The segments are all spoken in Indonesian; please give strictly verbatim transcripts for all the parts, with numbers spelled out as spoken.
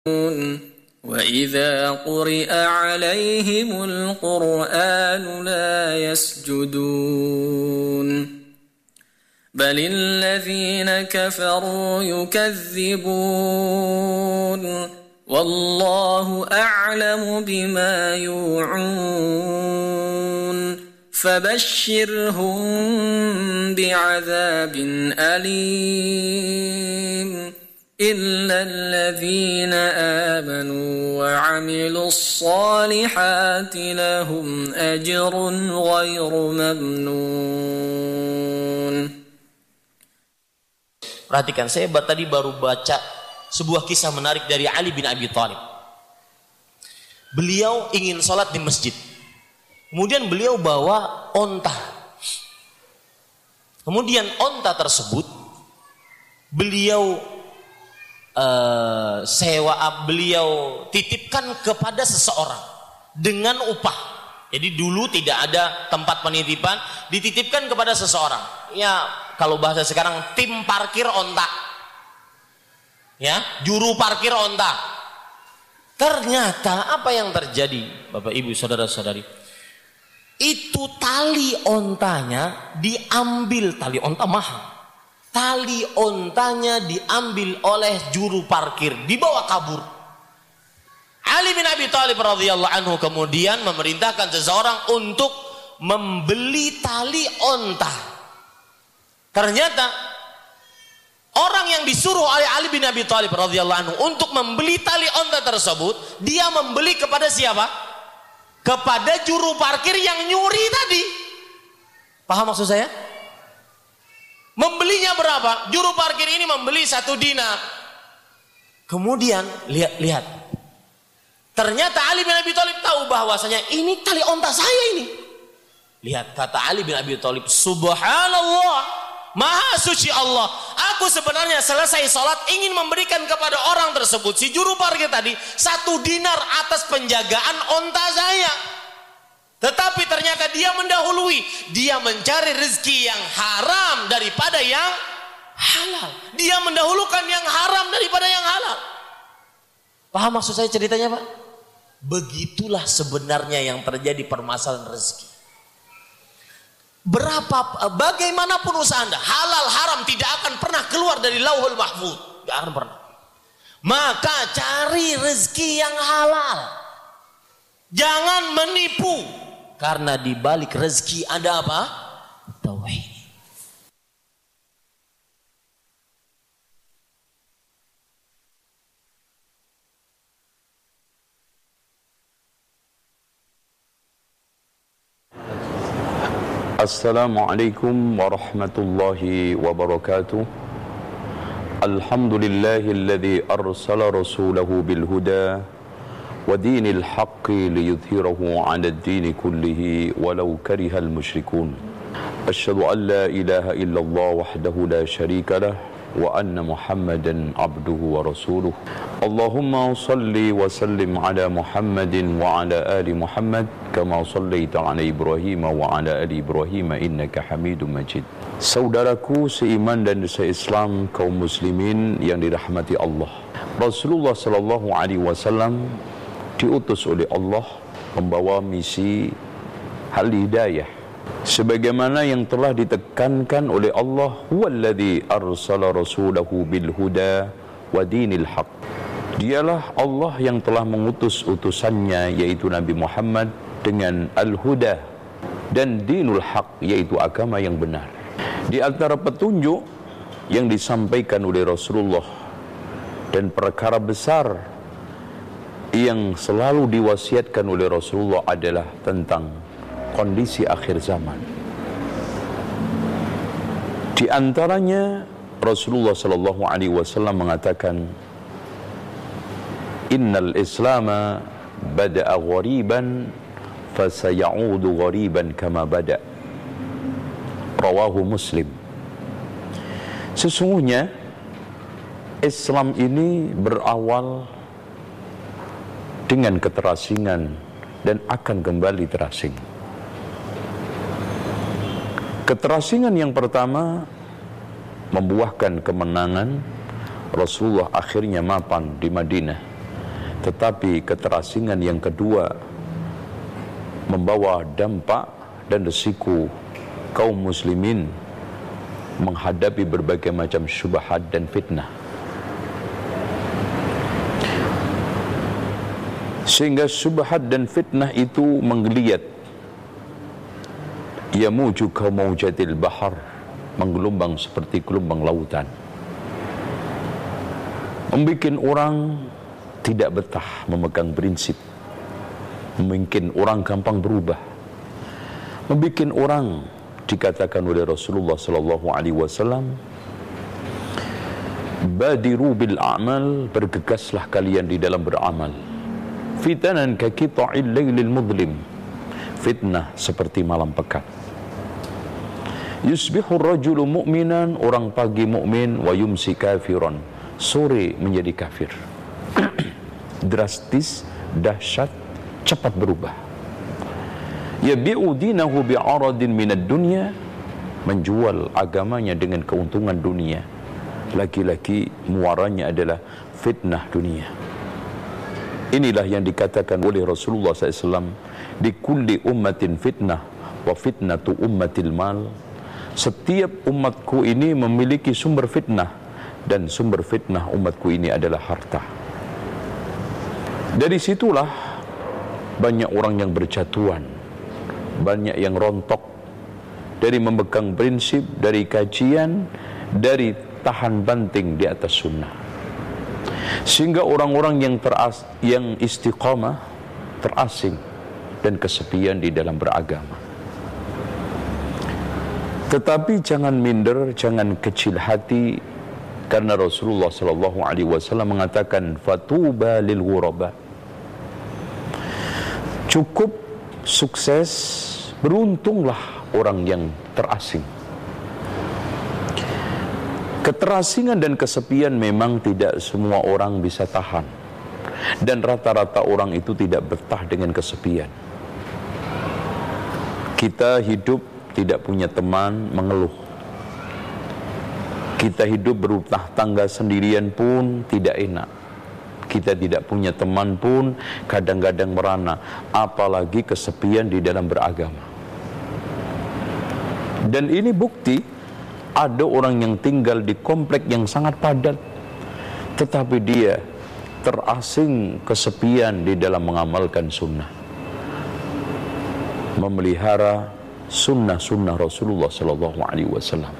وَإِذَا قُرِئَ عَلَيْهِمُ الْقُرْآنُ لَا يَسْجُدُونَ بَلِ الَّذِينَ كَفَرُوا يُكَذِّبُونَ وَاللَّهُ أَعْلَمُ بِمَا يُوعُونَ فَبَشِّرْهُم بِعَذَابٍ أَلِيمٍ إِلَّا الَّذِينَ آمَنُوا وَعَمِلُوا الصَّالِحَاتِ لَهُمْ أَجْرٌ غَيْرُ مَمْنُونٍ. Perhatikan, saya tadi baru baca sebuah kisah menarik dari Ali bin Abi Thalib. Beliau ingin sholat di masjid. Kemudian beliau bawa onta. Kemudian onta tersebut beliau Uh, sewa, beliau titipkan kepada seseorang dengan upah. Jadi dulu tidak ada tempat penitipan, dititipkan kepada seseorang. Ya, kalau bahasa sekarang tim parkir onta. Ya, juru parkir onta. Ternyata apa yang terjadi, Bapak Ibu saudara-saudari? Itu tali ontanya diambil, tali onta mahal. Tali ontanya diambil oleh juru parkir, dibawa kabur. Ali bin Abi Thalib radhiyallahu anhu kemudian memerintahkan seseorang untuk membeli tali onta. Ternyata orang yang disuruh oleh Ali bin Abi Thalib radhiyallahu anhu untuk membeli tali onta tersebut, dia membeli kepada siapa? Kepada juru parkir yang nyuri tadi. Paham maksud saya? Membelinya berapa? Juru parkir ini membeli satu dinar. Kemudian lihat-lihat, ternyata Ali bin Abi Thalib tahu bahwasanya ini tali onta saya ini. Lihat, kata Ali bin Abi Thalib, subhanallah, maha suci Allah, aku sebenarnya selesai sholat ingin memberikan kepada orang tersebut, si juru parkir tadi, satu dinar atas penjagaan onta saya. Tetapi ternyata dia mendahului, dia mencari rezeki yang haram daripada yang halal. Dia mendahulukan yang haram daripada yang halal. Paham maksud saya ceritanya, Pak? Begitulah sebenarnya yang terjadi permasalahan rezeki. Berapa, bagaimanapun usaha Anda, halal haram tidak akan pernah keluar dari Lauhul Mahfuz, tidak akan pernah. Maka cari rezeki yang halal. Jangan menipu. Karena di balik rezeki ada apa? Tauhid. Assalamualaikum warahmatullahi wabarakatuh. Alhamdulillahilladzi arsala rasulahu bil huda ودين الحق ليظهره على الدين كله ولو كره المشركون أشهد أن لا إله إلا الله وحده لا شريك له وأن محمدا عبده ورسوله اللهم صل وسلم على محمد وعلى آل محمد كما صليت على إبراهيم وعلى آل إبراهيم إنك حميد مجيد. Saudaraku seiman dan seislam kaum muslimin yang dirahmati Allah, Rasulullah sallallahu alaihi wasallam diutus oleh Allah membawa misi al-hidayah sebagaimana yang telah ditekankan oleh Allah, huwallazi arsala rasulahu bil huda wa dinil haq. Dialah Allah yang telah mengutus utusannya yaitu Nabi Muhammad dengan al-huda dan dinul haq yaitu agama yang benar. Di antara petunjuk yang disampaikan oleh Rasulullah dan perkara besar yang selalu diwasiatkan oleh Rasulullah adalah tentang kondisi akhir zaman. Di antaranya Rasulullah sallallahu alaihi wasallam mengatakan, innal islama bada'a ghariban fasayaudu ghariban kama bada'. Rawahu Muslim. Sesungguhnya Islam ini berawal dengan keterasingan dan akan kembali terasing. Keterasingan yang pertama membuahkan kemenangan. Rasulullah akhirnya mapan di Madinah Tetapi keterasingan yang kedua membawa dampak dan resiko kaum muslimin menghadapi berbagai macam syubhat dan fitnah. Sehingga syubhat dan fitnah itu menggeliat, yamuju kamaujatil bahar, menggelombang seperti gelombang lautan, membikin orang tidak betah memegang prinsip, membikin orang gampang berubah, membikin orang, dikatakan oleh Rasulullah sallallahu alaihi wasallam, badiru bil a'mal, bergegaslah kalian di dalam beramal. Fitanan ka qita'il lailil mudlim, fitnah seperti malam pekat. Yusbihu rajulu mu'minan, orang pagi mukmin, wa yumsi kafiran, sore menjadi kafir. Drastis, dahsyat, cepat berubah. Yabi'u dinahu bi'aradin minad dunya, menjual agamanya dengan keuntungan dunia. Lagi-lagi muaranya adalah fitnah dunia. Inilah yang dikatakan oleh Rasulullah sallallahu alaihi wasallam, di kulli ummatin fitnah wa fitnatu ummatil mal. Setiap umatku ini memiliki sumber fitnah, dan sumber fitnah umatku ini adalah harta. Dari situlah banyak orang yang berjatuhan, banyak yang rontok dari memegang prinsip, dari kajian, dari tahan banting di atas sunnah. Sehingga orang-orang yang teras, yang istiqamah terasing dan kesepian di dalam beragama. Tetapi jangan minder, jangan kecil hati, karena Rasulullah sallallahu alaihi wasallam mengatakan, fatuba lil ghuraba. Cukup sukses, beruntunglah orang yang terasing. Keterasingan dan kesepian memang tidak semua orang bisa tahan, dan rata-rata orang itu tidak betah dengan kesepian. Kita hidup tidak punya teman, mengeluh. Kita hidup berumah tangga sendirian pun tidak enak. Kita tidak punya teman pun kadang-kadang merana, apalagi kesepian di dalam beragama. Dan ini bukti, ada orang yang tinggal di komplek yang sangat padat, tetapi dia terasing kesepian di dalam mengamalkan sunnah, memelihara sunnah-sunnah Rasulullah sallallahu alaihi wasallam.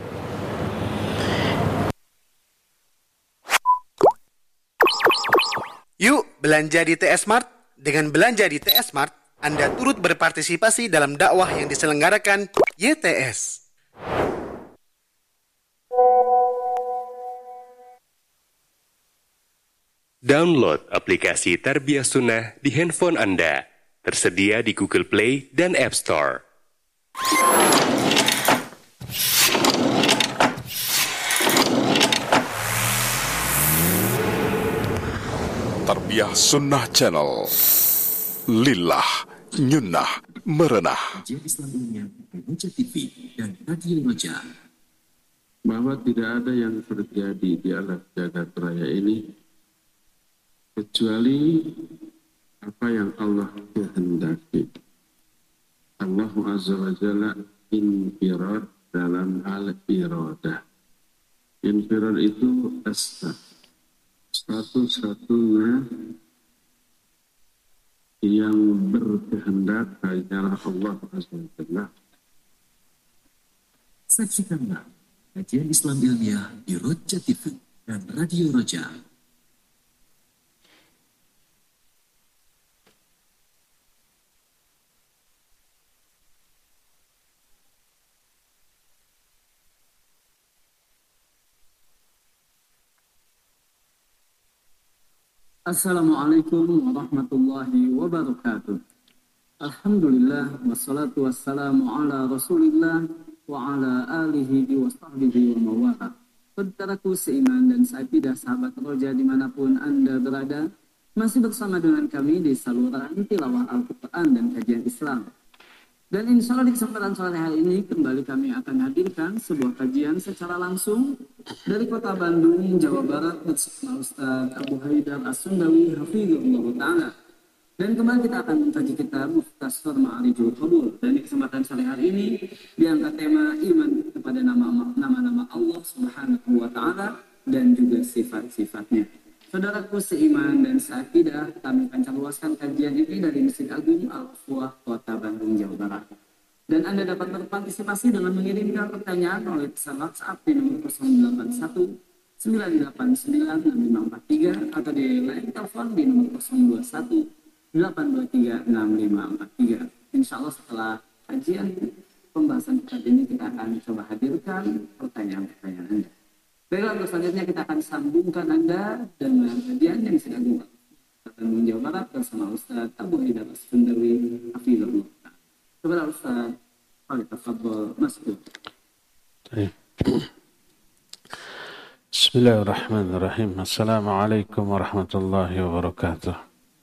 Yuk belanja di T S Mart. Dengan belanja di T S Mart, Anda turut berpartisipasi dalam dakwah yang diselenggarakan Y T S. Download aplikasi Tarbiyah Sunnah di handphone Anda. Tersedia di Google Play dan App Store. Tarbiyah Sunnah Channel. Lillah, nyunnah, merenah. Kajian Islam Ilmiah, Roja T V dan Radio Roja. Bahwa tidak ada yang terjadi di alam jagat raya ini kecuali apa yang Allah kehendaki. Allah Azza wa Jalla infirad dalam al-iradah. Infirad itu asma, satu-satunya yang berkehendak hanyalah Allah Azza wa Jalla. Saksikanlah kajian Islam Ilmiah di Roja T V dan Radio Roja. Assalamualaikum warahmatullahi wabarakatuh. Alhamdulillah wassalatu wassalamu ala Rasulillah wa ala alihi wa sahbihi wa mawala. Saudaraku seiman dan seakidah sahabat Roja dimanapun Anda berada, masih bersama dengan kami di saluran tilawah Al-Quran dan kajian Islam. Dan insya Allah di kesempatan sore hari ini kembali kami akan hadirkan sebuah kajian secara langsung dari kota Bandung, Jawa Barat bersama Ustaz Abu Haidar As-Sundawi Hafizahullah Ta'ala. Dan kembali kita akan mengkaji kitab Mukhtasar Ma'arijul Qabul. Dan di kesempatan sore hari ini diangkat tema iman kepada nama-nama Allah Subhanahu wa Ta'ala dan juga sifat-sifatnya. Saudaraku seiman dan seakidah, kami akan luaskan kajian ini dari Masjid Agung Al-Fuah, Kota Bandung, Jawa Barat. Dan Anda dapat berpartisipasi dengan mengirimkan pertanyaan oleh pesan WhatsApp di nomor nol delapan satu sembilan delapan sembilan enam lima empat tiga atau di line telepon di nomor nol dua satu delapan dua tiga enam lima empat tiga. Insya Allah setelah kajian pembahasan kitab ini kita akan coba hadirkan pertanyaan-pertanyaan Anda. Baiklah, selanjutnya kita akan sambungkan Anda dengan kajian yang sedang dilakukan di Jawa Barat bersama Ustaz Abu Haidar As-Sundawi Hafizahullah. Kepada Ustaz, falyatafadhal mas'ul. Bismillahirrahmanirrahim. Assalamualaikum warahmatullahi wabarakatuh.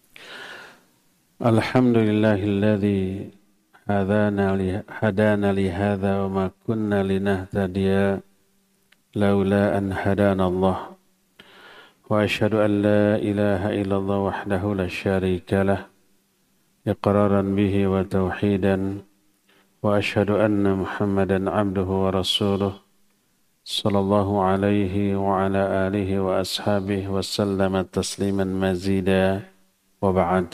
Alhamdulillahilladzi hadana li hadana li hadza wa ma kunna linahtadiya لولا أن هدانا الله وأشهد أن لا إله إلا الله وحده لا شريك له إقرارا به وتوحيدا وأشهد أن محمدا عبده ورسوله صلى الله عليه وعلى آله وأصحابه وسلم تسليما مزيدا وبعد.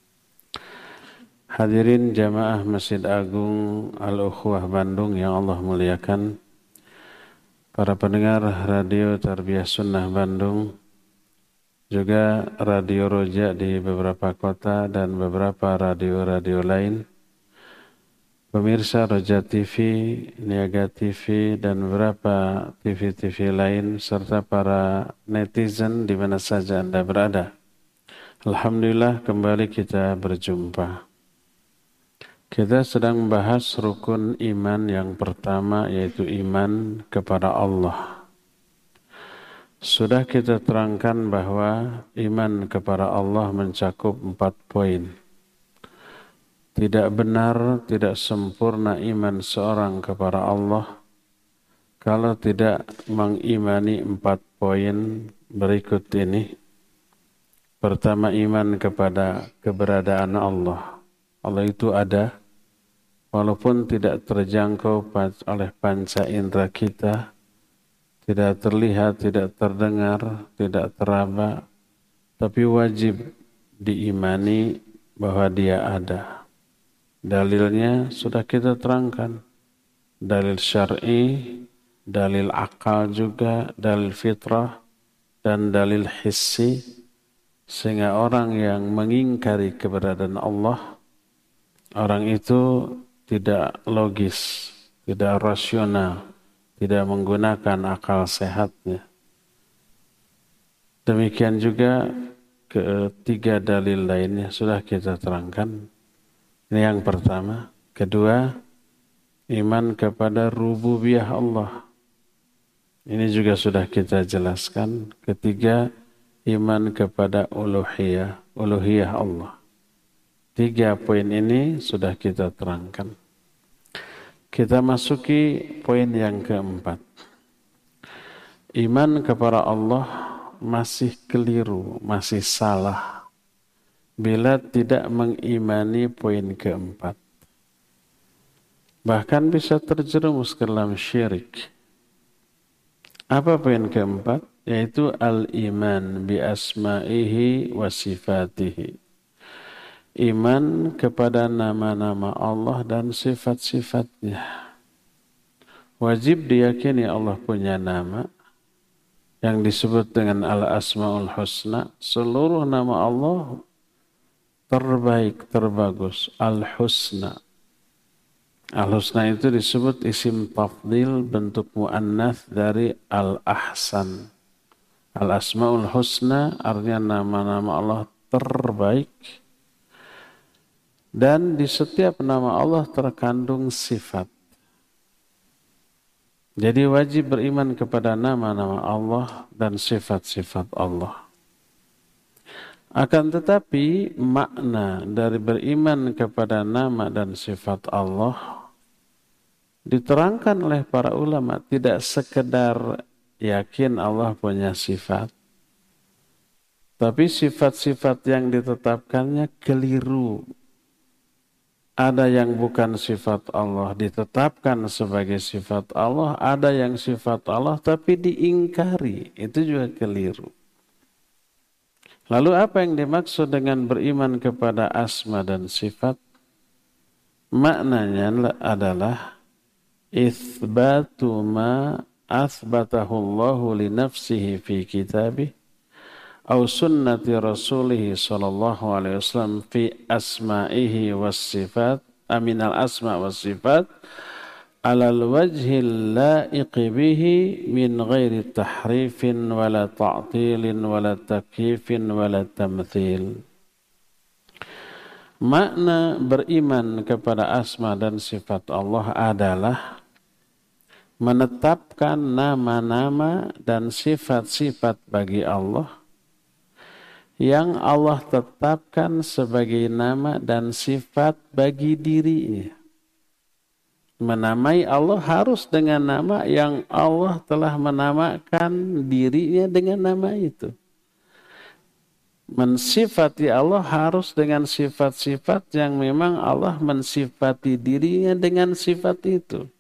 Hadirin jamaah Masjid Agung Al-Ukhuwah Bandung yang Allah muliakan, para pendengar Radio Tarbiyah Sunnah Bandung, juga Radio Roja di beberapa kota dan beberapa radio-radio lain, pemirsa Roja T V, Niaga T V, dan beberapa T V-T V lain, serta para netizen di mana saja Anda berada. Alhamdulillah kembali kita berjumpa. Kita sedang membahas rukun iman yang pertama, yaitu iman kepada Allah. Sudah kita terangkan bahwa iman kepada Allah mencakup empat poin. Tidak benar, tidak sempurna iman seorang kepada Allah kalau tidak mengimani empat poin berikut ini. Pertama, iman kepada keberadaan Allah. Allah itu ada, walaupun tidak terjangkau oleh panca indera kita, tidak terlihat, tidak terdengar, tidak teraba, tapi wajib diimani bahwa Dia ada. Dalilnya sudah kita terangkan, dalil syar'i, dalil akal juga, dalil fitrah, dan dalil hissi, sehingga orang yang mengingkari keberadaan Allah, orang itu tidak logis, tidak rasional, tidak menggunakan akal sehatnya. Demikian juga ketiga dalil lainnya sudah kita terangkan. Ini yang pertama. Kedua, iman kepada rububiyah Allah. Ini juga sudah kita jelaskan. Ketiga, iman kepada uluhiyah, uluhiyah Allah. Tiga poin ini sudah kita terangkan. Kita masuki poin yang keempat. Iman kepada Allah masih keliru, masih salah bila tidak mengimani poin keempat. Bahkan bisa terjerumus ke dalam syirik. Apa poin keempat? Yaitu al-iman bi asma'ihi wa sifatihi. Iman kepada nama-nama Allah dan sifat-sifatnya. Wajib diyakini Allah punya nama yang disebut dengan Al-Asma'ul Husna. Seluruh nama Allah terbaik, terbagus, Al-Husna. Al-Husna itu disebut isim tafdil, bentuk mu'annath dari Al-Ahsan. Al-Asma'ul Husna artinya nama-nama Allah terbaik. Dan di setiap nama Allah terkandung sifat. Jadi wajib beriman kepada nama-nama Allah dan sifat-sifat Allah. Akan tetapi makna dari beriman kepada nama dan sifat Allah diterangkan oleh para ulama, tidak sekedar yakin Allah punya sifat, tapi sifat-sifat yang ditetapkannya keliru. Ada yang bukan sifat Allah ditetapkan sebagai sifat Allah, ada yang sifat Allah tapi diingkari, itu juga keliru. Lalu apa yang dimaksud dengan beriman kepada asma dan sifat? Maknanya adalah itsbatu ma athbatahu Allahu li nafsihi fi kitabih aw sunnati rasulih sallallahu alaihi wasallam fi asma'ihi was sifat aminal asma was sifat alal wajhil la'iqi bihi min ghairi tahrifin wala ta'tilin wala takyifin wala tamthil. Makna beriman kepada asma dan sifat Allah adalah menetapkan nama-nama dan sifat-sifat bagi Allah yang Allah tetapkan sebagai nama dan sifat bagi dirinya. Menamai Allah harus dengan nama yang Allah telah menamakan dirinya dengan nama itu. Mensifati Allah harus dengan sifat-sifat yang memang Allah mensifati dirinya dengan sifat itu.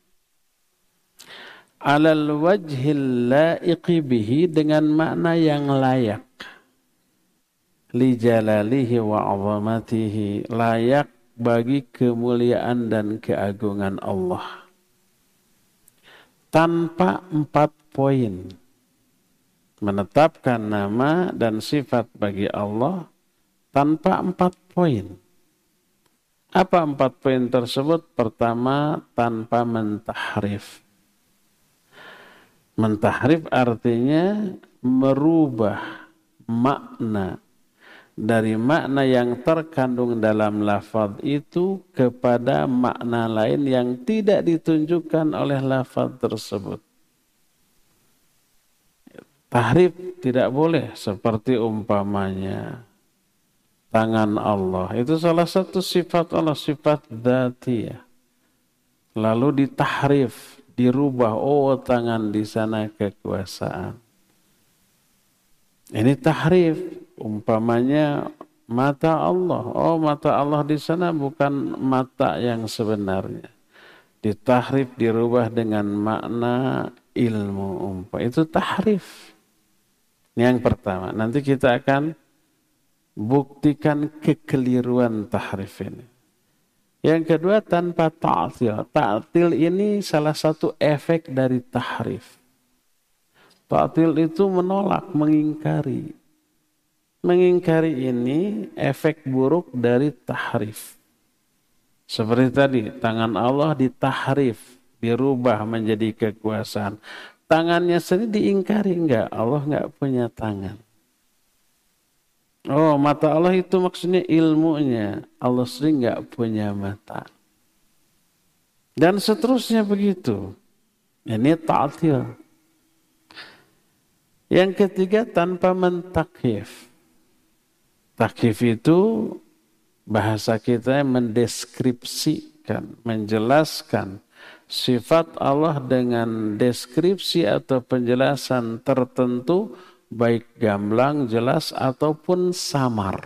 Alal wajhil la'iqi bihi, dengan makna yang layak. Li jalalihi wa 'azamatihi, layak bagi kemuliaan dan keagungan Allah. Tanpa empat poin. Menetapkan nama dan sifat bagi Allah tanpa empat poin. Apa empat poin tersebut? Pertama, tanpa mentahrif. Mentahrif artinya merubah makna dari makna yang terkandung dalam lafaz itu kepada makna lain yang tidak ditunjukkan oleh lafaz tersebut. Tahrif tidak boleh, seperti umpamanya tangan Allah. Itu salah satu sifat Allah, sifat dzatiyah. Lalu ditahrif, dirubah, oh tangan di sana kekuasaan. Ini tahrif. Umpamanya mata Allah, oh mata Allah di sana bukan mata yang sebenarnya. Ditahrif, dirubah dengan makna ilmu umpah. Itu tahrif. Yang pertama, nanti kita akan buktikan kekeliruan tahrif ini. Yang kedua, tanpa ta'til. Ta'til ini salah satu efek dari tahrif. Ta'til itu menolak, mengingkari. Mengingkari ini efek buruk dari tahrif. Seperti tadi, tangan Allah ditahrif, dirubah menjadi kekuasaan. Tangannya sendiri diingkari, enggak, Allah enggak punya tangan. Oh, mata Allah itu maksudnya ilmunya, Allah sendiri enggak punya mata. Dan seterusnya begitu. Ini ta'til. Yang ketiga, tanpa mentakyif. Takyif itu bahasa kita mendeskripsikan, menjelaskan sifat Allah dengan deskripsi atau penjelasan tertentu, baik gamblang, jelas, ataupun samar.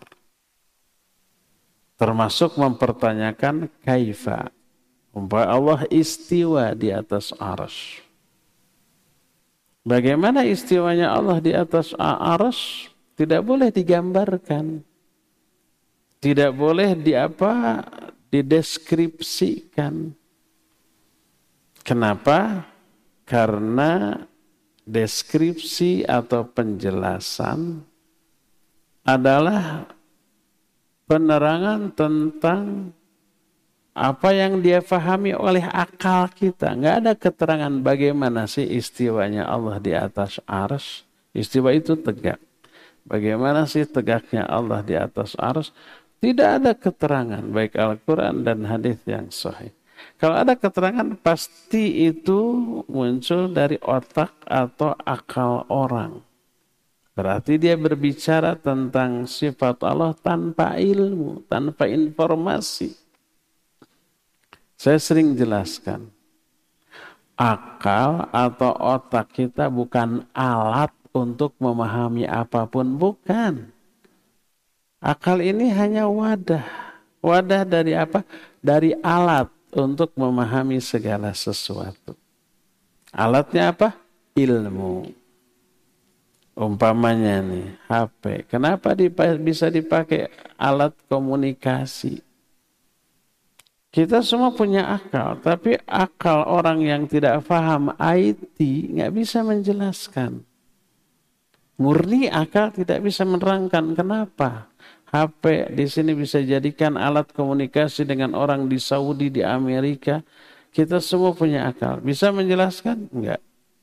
Termasuk mempertanyakan kaifa. Umpama Allah istiwa di atas arsy. Bagaimana istiwanya Allah di atas arsy? Tidak boleh digambarkan. Tidak boleh di apa? Dideskripsikan. Kenapa? Karena deskripsi atau penjelasan adalah penerangan tentang apa yang dia pahami oleh akal kita. Nggak ada keterangan bagaimana sih istiwanya Allah di atas arsy. Istiwa itu tegak. Bagaimana sih tegaknya Allah di atas arsy? Tidak ada keterangan, baik Al-Quran dan hadis yang sahih. Kalau ada keterangan, pasti itu muncul dari otak atau akal orang. Berarti dia berbicara tentang sifat Allah tanpa ilmu, tanpa informasi. Saya sering jelaskan, akal atau otak kita bukan alat untuk memahami apapun, bukan. Akal ini hanya wadah. Wadah dari apa? Dari alat untuk memahami segala sesuatu. Alatnya apa? Ilmu. Umpamanya nih, H P. Kenapa dipa- bisa dipakai alat komunikasi? Kita semua punya akal, tapi akal orang yang tidak paham I T nggak bisa menjelaskan. Murni akal tidak bisa menerangkan kenapa H P di sini bisa jadikan alat komunikasi dengan orang di Saudi, di Amerika. Kita semua punya akal. Bisa menjelaskan? Enggak.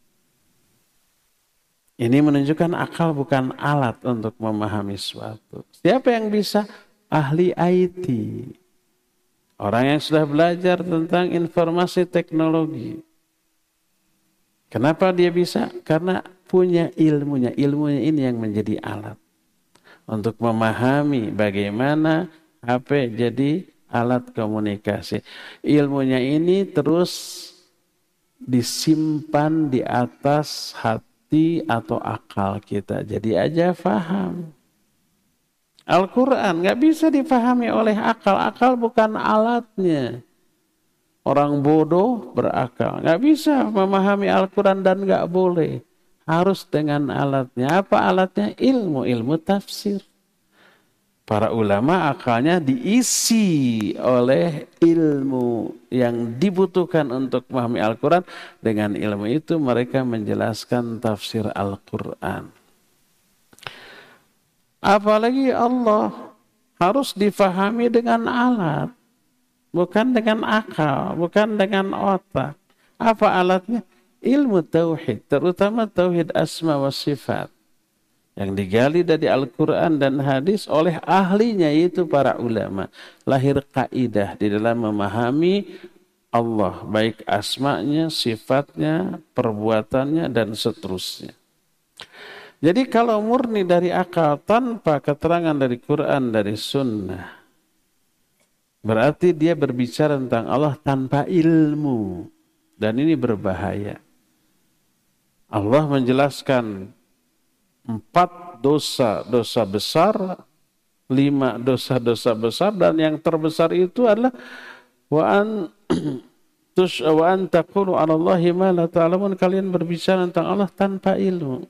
Ini menunjukkan akal bukan alat untuk memahami sesuatu. Siapa yang bisa? Ahli I T. Orang yang sudah belajar tentang informasi teknologi. Kenapa dia bisa? Karena punya ilmunya. Ilmunya ini yang menjadi alat. Untuk memahami bagaimana H P jadi alat komunikasi. Ilmunya ini terus disimpan di atas hati atau akal kita. Jadi aja paham. Al-Quran nggak bisa dipahami oleh akal. Akal bukan alatnya. Orang bodoh berakal. Nggak bisa memahami Al-Quran dan nggak boleh. Harus dengan alatnya. Apa alatnya? Ilmu. Ilmu tafsir. Para ulama akalnya diisi oleh ilmu yang dibutuhkan untuk memahami Al-Quran. Dengan ilmu itu mereka menjelaskan tafsir Al-Quran. Apalagi Allah harus difahami dengan alat. Bukan dengan akal, bukan dengan otak. Apa alatnya? Ilmu tauhid, terutama tauhid asma wa sifat. Yang digali dari Al-Quran dan hadis oleh ahlinya, yaitu para ulama. Lahir kaidah di dalam memahami Allah, baik asmanya, sifatnya, perbuatannya, dan seterusnya. Jadi kalau murni dari akal tanpa keterangan dari Quran, dari sunnah, berarti dia berbicara tentang Allah tanpa ilmu. Dan ini berbahaya. Allah menjelaskan empat dosa-dosa besar, lima dosa-dosa besar, dan yang terbesar itu adalah wa an tush wa an taqulu 'ala Allahi ma la ta'lamun, kalian berbicara tentang Allah tanpa ilmu.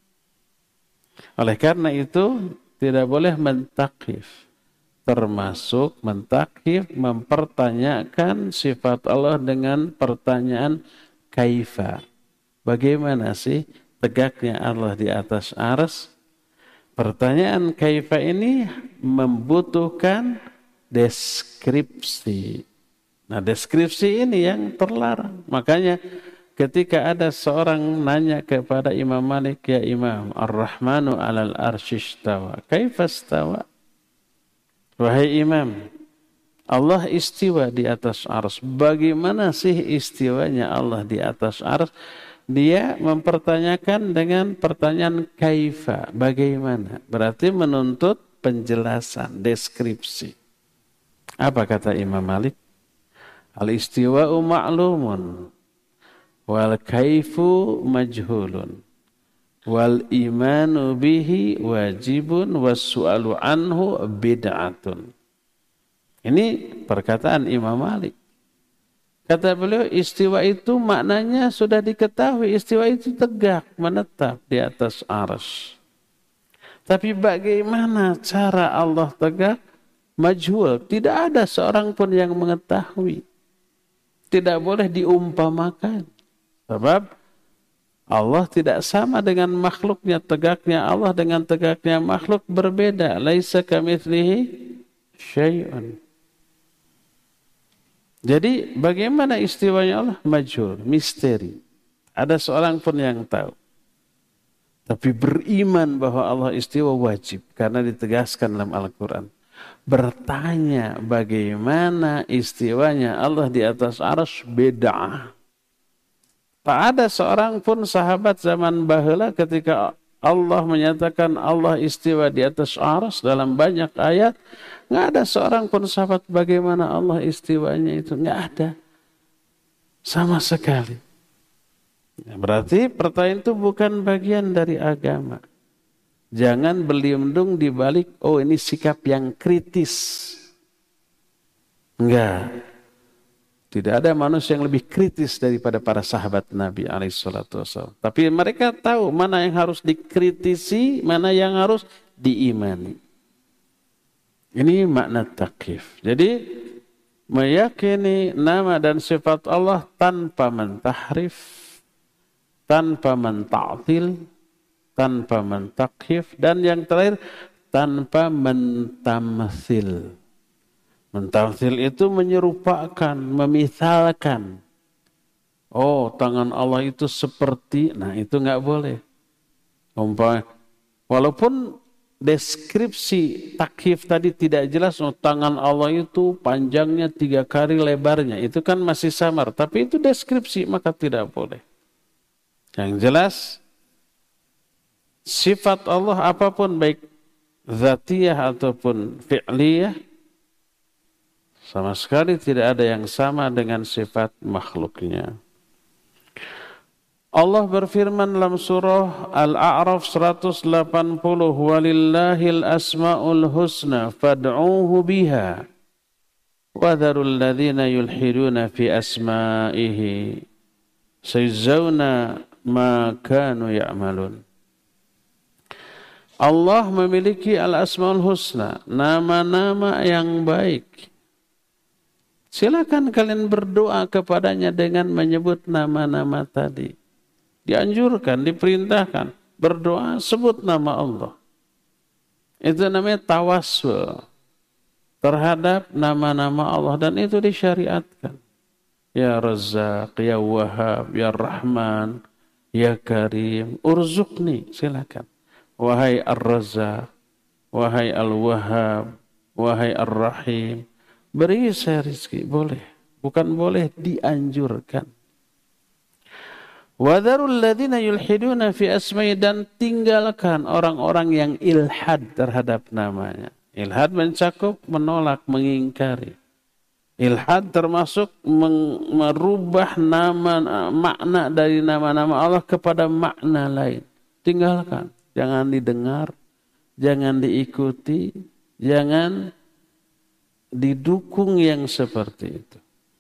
Oleh karena itu tidak boleh mentakif, termasuk mentakif mempertanyakan sifat Allah dengan pertanyaan kaifa. Bagaimana sih tegaknya Allah di atas arsy? Pertanyaan kaifa ini membutuhkan deskripsi. Nah, deskripsi ini yang terlarang. Makanya ketika ada seorang nanya kepada Imam Malik, ya Imam, Ar-Rahmanu 'alal arsy istawa. Kaifa istawa? Wahai Imam, Allah istiwa di atas arsy. Bagaimana sih istiwanya Allah di atas arsy? Dia mempertanyakan dengan pertanyaan kaifa, bagaimana? Berarti menuntut penjelasan, deskripsi. Apa kata Imam Malik? Al-istiwa'u ma'lumun, wal kaifu majhulun, wal imanu bihi wajibun, was su'alu anhu bid'atun. Ini perkataan Imam Malik. Kata beliau, istiwa itu maknanya sudah diketahui. Istiwa itu tegak, menetap di atas arsy. Tapi bagaimana cara Allah tegak? Majhul. Tidak ada seorang pun yang mengetahui. Tidak boleh diumpamakan. Sebab Allah tidak sama dengan makhluknya. Tegaknya Allah dengan tegaknya makhluk berbeda. Laisa kamitslihi syai'un. Jadi bagaimana istiwanya Allah? Majhul, misteri. Ada seorang pun yang tahu. Tapi beriman bahwa Allah istiwa wajib. Karena ditegaskan dalam Al-Quran. Bertanya bagaimana istiwanya Allah di atas arsy, bid'ah. Tak ada seorang pun sahabat zaman baheula ketika Allah menyatakan Allah istiwa di atas arsy dalam banyak ayat. Nggak ada seorang pun sahabat bagaimana Allah istiwanya itu. Nggak ada. Sama sekali. Ya, berarti pertanyaan itu bukan bagian dari agama. Jangan berlindung di balik, oh ini sikap yang kritis. Enggak. Tidak ada manusia yang lebih kritis daripada para sahabat Nabi alaihi salatu wasallam. Tapi mereka tahu mana yang harus dikritisi, mana yang harus diimani. Ini makna takyif. Jadi meyakini nama dan sifat Allah tanpa mentahrif, tanpa menta'til, tanpa mentakyif, dan yang terakhir tanpa mentamtsil. Mentamtsil itu menyerupakan, memithalkan. Oh, tangan Allah itu seperti, nah itu nggak boleh. Umpamanya, walaupun deskripsi takyif tadi tidak jelas, oh, tangan Allah itu panjangnya tiga kali lebarnya, itu kan masih samar. Tapi itu deskripsi, maka tidak boleh. Yang jelas, sifat Allah apapun, baik zatiyah ataupun fi'liyah, sama sekali tidak ada yang sama dengan sifat makhluknya. Allah berfirman dalam surah Al-A'raf seratus delapan puluh, walillahil asma'ul husna fad'uuhu biha wa dharul ladzina yulhiduna fi asma'ihi sayujzauna ma kanu ya'malun. Allah memiliki al-asma'ul husna, nama-nama yang baik. Silakan kalian berdoa kepadanya dengan menyebut nama-nama tadi. Dianjurkan, diperintahkan. Berdoa, sebut nama Allah. Itu namanya tawassul terhadap nama-nama Allah. Dan itu disyariatkan. Ya Razzaq, Ya Wahhab, Ya Rahman, Ya Karim. Urzuqni, silakan. Wahai Ar-Razzaq, wahai Al-Wahhab, wahai Ar-Rahim. Beri saya rezeki, boleh. Bukan boleh, dianjurkan. Wadharul ladzina yulhiduna fi asma'i, dan tinggalkan orang-orang yang ilhad terhadap namanya. Ilhad mencakup menolak, mengingkari. Ilhad termasuk merubah nama, makna dari nama-nama Allah kepada makna lain. Tinggalkan. Jangan didengar, jangan diikuti, jangan didukung yang seperti itu.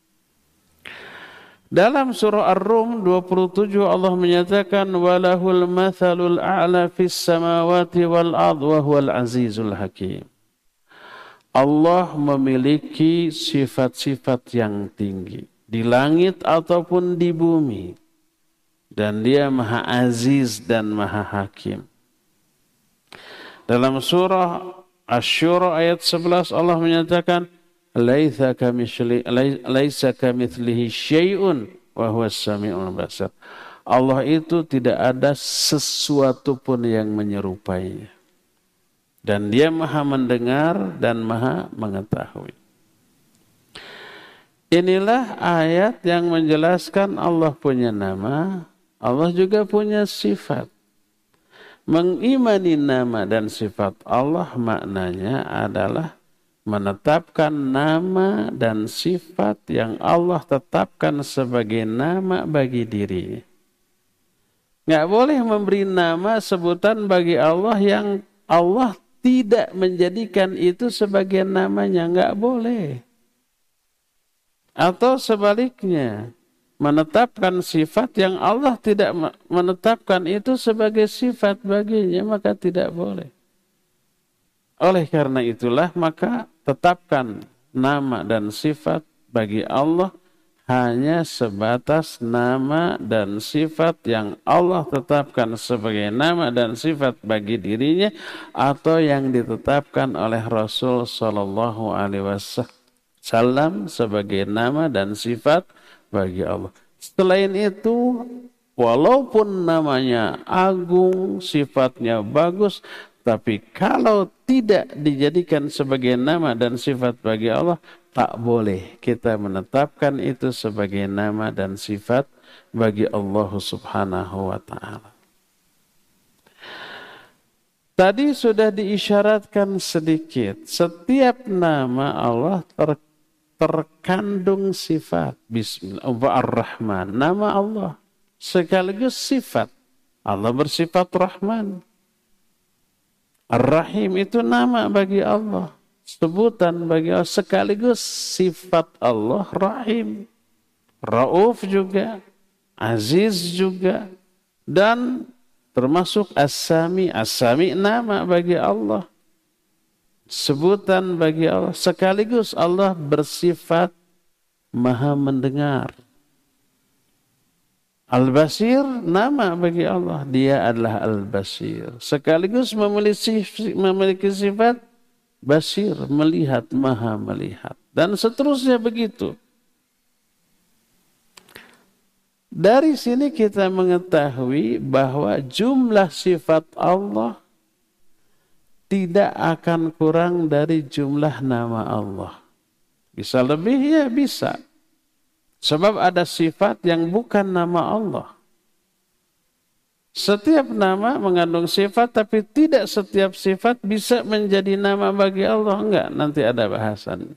Dalam surah Ar-Rum dua puluh tujuh Allah menyatakan walahul mathalul a'la fis samawati wal ard wa huwal azizul hakim. Allah memiliki sifat-sifat yang tinggi di langit ataupun di bumi, dan Dia Maha Aziz dan Maha Hakim. Dalam surah Asy-Syura ayat sebelas Allah menyatakan laisa kamitsli laisa kamitslihi syai'un wa huwas samiul basir. Allah itu tidak ada sesuatu pun yang menyerupainya. Dan Dia Maha mendengar dan Maha mengetahui. Inilah ayat yang menjelaskan Allah punya nama, Allah juga punya sifat. Mengimani nama dan sifat Allah maknanya adalah menetapkan nama dan sifat yang Allah tetapkan sebagai nama bagi dirinya. Nggak boleh memberi nama sebutan bagi Allah yang Allah tidak menjadikan itu sebagai namanya. Nggak boleh. Atau sebaliknya, menetapkan sifat yang Allah tidak menetapkan itu sebagai sifat baginya, maka tidak boleh. Oleh karena itulah, maka tetapkan nama dan sifat bagi Allah hanya sebatas nama dan sifat yang Allah tetapkan sebagai nama dan sifat bagi dirinya, atau yang ditetapkan oleh Rasul Sallallahu Alaihi Wasallam sebagai nama dan sifat bagi Allah. Selain itu, walaupun namanya agung, sifatnya bagus, tapi kalau tidak dijadikan sebagai nama dan sifat bagi Allah, tak boleh kita menetapkan itu sebagai nama dan sifat bagi Allah Subhanahu wa ta'ala. Tadi sudah diisyaratkan sedikit. Setiap nama Allah ter, terkandung sifat. Bismillah, Ar-Rahman. Nama Allah sekaligus sifat. Allah bersifat Rahman. Ar-Rahim itu nama bagi Allah. Sebutan bagi Allah sekaligus sifat Allah Rahim. Rauf juga. Aziz juga. Dan termasuk As-Sami. As-Sami nama bagi Allah. Sebutan bagi Allah. Sekaligus Allah bersifat maha mendengar. Al-Basir nama bagi Allah. Dia adalah Al-Basir. Sekaligus memiliki, memiliki sifat Basir. Melihat, maha melihat. Dan seterusnya begitu. Dari sini kita mengetahui bahwa jumlah sifat Allah tidak akan kurang dari jumlah nama Allah. Bisa lebih? Ya bisa. Sebab ada sifat yang bukan nama Allah. Setiap nama mengandung sifat, tapi tidak setiap sifat bisa menjadi nama bagi Allah. Enggak, nanti ada bahasan.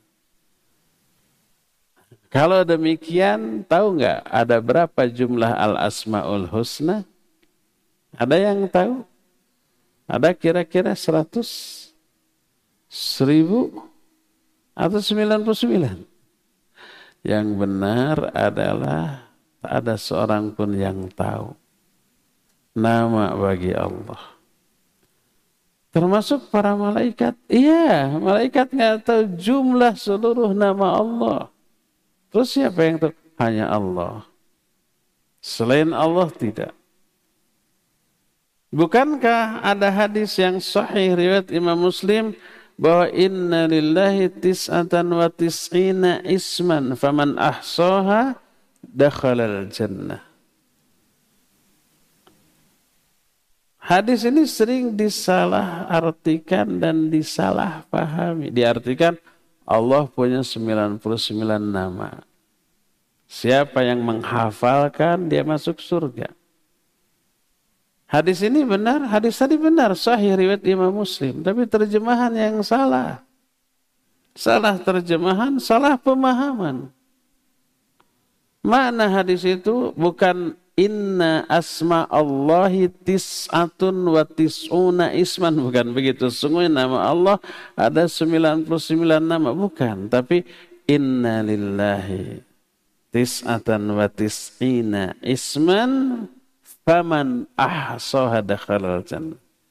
Kalau demikian, tahu nggak ada berapa jumlah Al-Asma'ul Husna? Ada yang tahu? Ada kira-kira seratus, seribu, atau sembilan puluh sembilan? Yang benar adalah tak ada seorang pun yang tahu nama bagi Allah. Termasuk para malaikat. Iya, malaikat nggak tahu jumlah seluruh nama Allah. Terus siapa yang tahu? Hanya Allah. Selain Allah tidak. Bukankah ada hadis yang sahih riwayat Imam Muslim bahwa inna lillahi tis'atan wa tis'ina isman faman ahsaha dakhalal jannah. Hadis ini sering disalah artikan dan disalah pahami. Diartikan Allah punya sembilan puluh sembilan nama. Siapa yang menghafalkan dia masuk surga. Hadis ini benar, hadis tadi benar, sahih riwayat Imam Muslim. Tapi terjemahan yang salah. Salah terjemahan, salah pemahaman. Makna hadis itu bukan inna asma Allahi tis'atun wa tis'una isman. Bukan begitu. Sungguhnya nama Allah ada sembilan puluh sembilan nama. Bukan. Tapi inna lillahi tis'atan wa tis'ina isman faman ahsaha dakhalal jannah.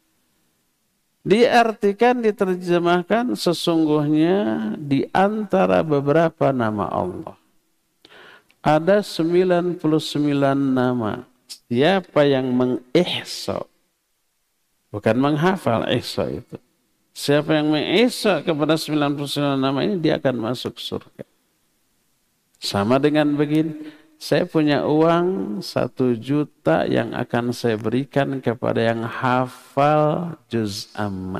Diartikan, diterjemahkan sesungguhnya di antara beberapa nama Allah ada sembilan puluh sembilan nama. Siapa yang mengihsa, bukan menghafal, ihsa itu. Siapa yang mengihsa kepada sembilan puluh sembilan nama ini, dia akan masuk surga. Sama dengan begini. Saya punya uang satu juta yang akan saya berikan kepada yang hafal juz amma.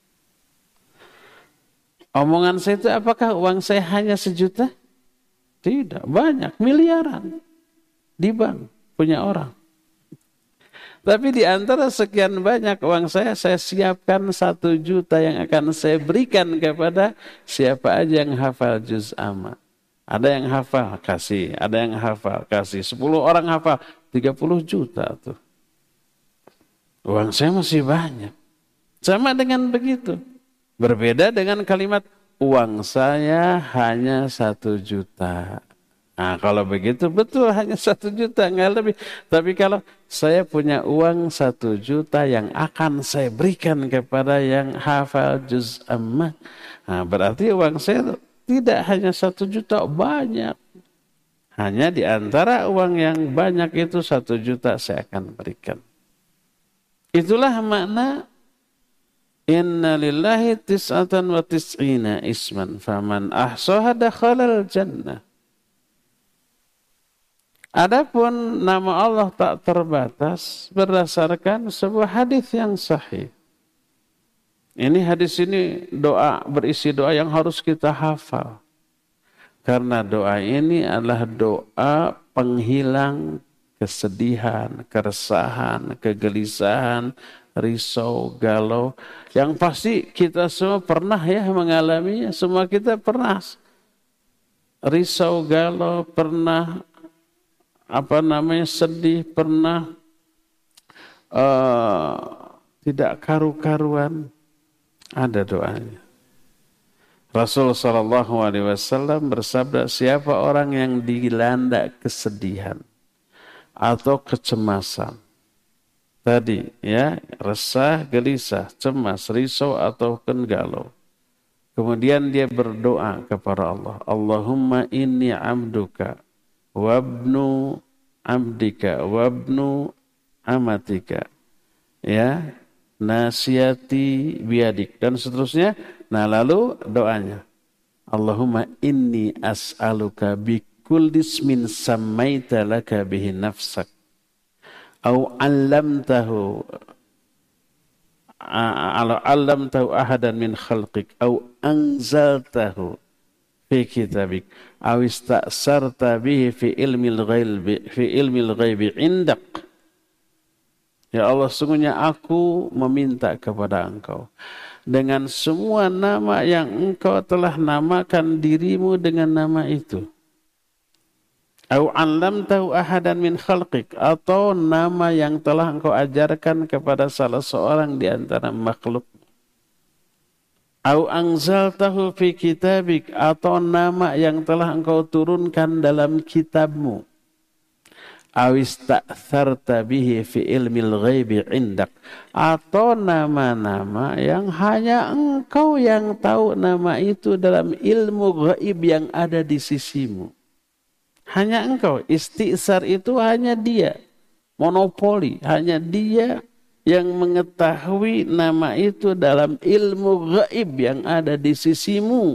Omongan saya itu apakah uang saya hanya sejuta? Tidak, banyak, miliaran di bank punya orang. Tapi di antara sekian banyak uang saya, saya siapkan satu juta yang akan saya berikan kepada siapa aja yang hafal juz amma. Ada yang hafal, kasih. Ada yang hafal, kasih. Sepuluh orang hafal, tiga puluh juta tuh. Uang saya masih banyak. Sama dengan begitu. Berbeda dengan kalimat, uang saya hanya satu juta. Nah, kalau begitu betul hanya satu juta, nggak lebih. Tapi kalau saya punya uang satu juta yang akan saya berikan kepada yang hafal juz amma, nah, berarti uang saya tidak hanya satu juta, banyak. Hanya di antara uang yang banyak itu satu juta saya akan berikan. Itulah makna inna lillahi tis'atan wa tis'ina isman faman ahsaha dakhalal jannah. Adapun nama Allah tak terbatas berdasarkan sebuah hadis yang sahih. Ini hadis ini doa, berisi doa yang harus kita hafal. Karena doa ini adalah doa penghilang kesedihan, keresahan, kegelisahan, risau, galau. Yang pasti kita semua pernah ya mengalaminya. Semua kita pernah risau, galau, pernah apa namanya sedih, pernah uh, tidak karu-karuan. Ada doanya. Rasul sallallahu alaihi wasallam bersabda, siapa orang yang dilanda kesedihan atau kecemasan, tadi ya, resah, gelisah, cemas, risau ataupun galau, kemudian dia berdoa kepada Allah, Allahumma inni abduka wabnu abdika wabnu amatika, ya, nasiyati biadik, dan seterusnya. Nah, lalu doanya, Allahumma inni as'aluka bikulli ismin sammaita laka bihi nafsak au 'allamtahu allamtahu ahadan min khalqik au anzaltahu fi kitabik au ista'sarta bihi fi ilmil ghaibi fi ilmil ghaibi indak. Ya Allah, sungguhnya aku meminta kepada Engkau dengan semua nama yang Engkau telah namakan dirimu dengan nama itu. Au 'allamtahu ahadan min khalqik, atau nama yang telah Engkau ajarkan kepada salah seorang di antara makhluk. Au anzaltahu fi kitabik, atau nama yang telah Engkau turunkan dalam kitabmu. Awista'tharta bihi fi ilmil ghaibi indak, atau nama-nama yang hanya Engkau yang tahu nama itu dalam ilmu ghaib yang ada di sisimu. Hanya Engkau. Isti'sar itu hanya Dia, monopoli, hanya Dia yang mengetahui nama itu dalam ilmu ghaib yang ada di sisimu.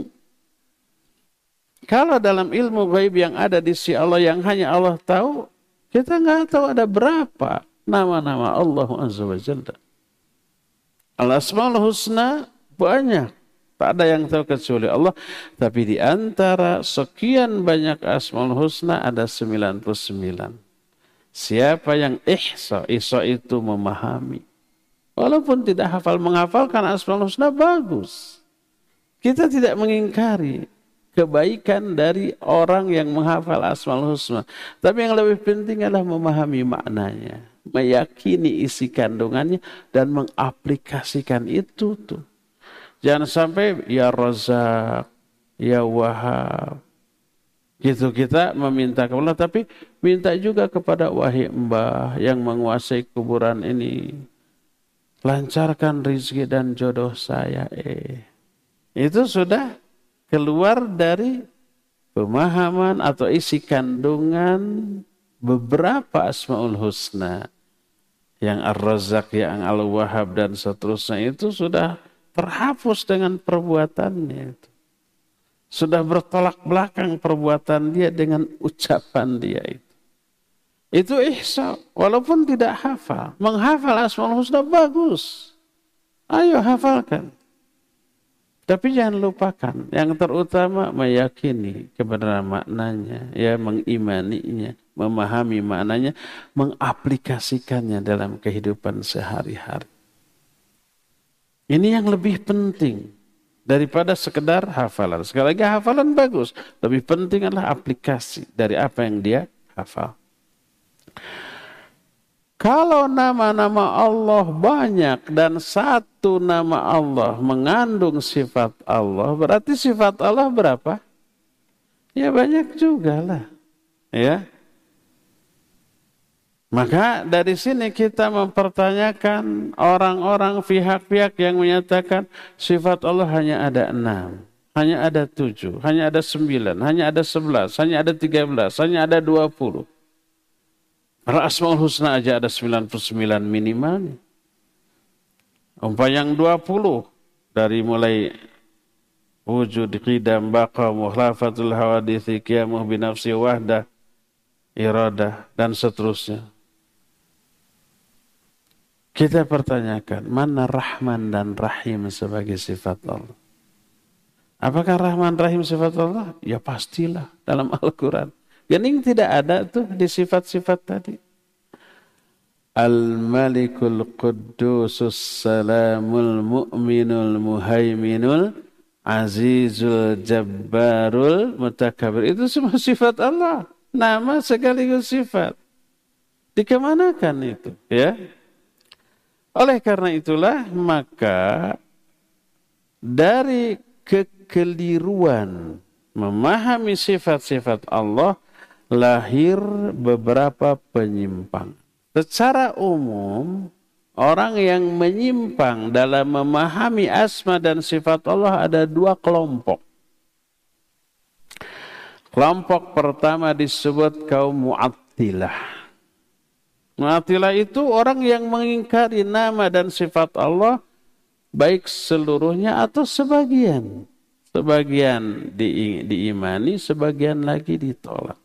Kalau dalam ilmu ghaib yang ada di sisi Allah yang hanya Allah tahu, kita nggak tahu ada berapa nama-nama Allah Azza wa Jalla. Al-Asmaul Husna banyak, tak ada yang tahu kecuali Allah. Tapi di antara sekian banyak Asmaul Husna ada sembilan puluh sembilan. Siapa yang ihsa, ihsa itu memahami. Walaupun tidak hafal, menghafalkan Asmaul Husna bagus. Kita tidak mengingkari kebaikan dari orang yang menghafal Asmaul Husna. Tapi yang lebih penting adalah memahami maknanya, meyakini isi kandungannya, dan mengaplikasikan itu tuh. Jangan sampai ya Razak, ya Wahab, gitu kita meminta kepada Allah, tapi minta juga kepada wahai Mbah yang menguasai kuburan ini, lancarkan rezeki dan jodoh saya. Eh, itu sudah keluar dari pemahaman atau isi kandungan beberapa Asmaul Husna. Yang Ar-Razzaq, yang Al-Wahhab dan seterusnya itu sudah terhapus dengan perbuatannya. Itu sudah bertolak belakang perbuatan dia dengan ucapan dia itu. Itu ihsa, walaupun tidak hafal. Menghafal Asmaul Husna bagus. Ayo hafalkan. Tapi jangan lupakan, yang terutama meyakini kebenaran maknanya, ya, mengimaninya, memahami maknanya, mengaplikasikannya dalam kehidupan sehari-hari. Ini yang lebih penting daripada sekedar hafalan. Sekali lagi hafalan bagus, lebih penting adalah aplikasi dari apa yang dia hafal. Kalau nama-nama Allah banyak dan satu nama Allah mengandung sifat Allah, berarti sifat Allah berapa? Ya banyak juga lah. Ya. Maka dari sini kita mempertanyakan orang-orang pihak-pihak yang menyatakan sifat Allah hanya ada enam, hanya ada tujuh, hanya ada sembilan, hanya ada sebelas, hanya ada tiga belas, hanya ada dua puluh. Al-Asmaul Husna aja ada sembilan puluh sembilan minimal. Umpah yang dua puluh dari mulai wujud, qidam, baqa, muhlafatul hawadithi, qiyamuh binafsi, wahdah, iradah, dan seterusnya. Kita pertanyakan, mana Rahman dan Rahim sebagai sifat Allah? Apakah Rahman Rahim sifat Allah? Ya pastilah dalam Al-Quran. Yang tidak ada tuh di sifat-sifat tadi. Al-Malikul Quddusus Salamul Mu'minul Muhaiminul Azizul Jabbarul Mutakabir. Itu semua sifat Allah. Nama sekaligus sifat. Dikemanakan itu? Ya. Oleh karena itulah maka dari kekeliruan memahami sifat-sifat Allah lahir beberapa penyimpang. Secara umum, orang yang menyimpang dalam memahami asma dan sifat Allah ada dua kelompok. Kelompok pertama disebut kaum Mu'attilah. Mu'attilah itu orang yang mengingkari nama dan sifat Allah, baik seluruhnya atau sebagian. Sebagian di, diimani, sebagian lagi ditolak.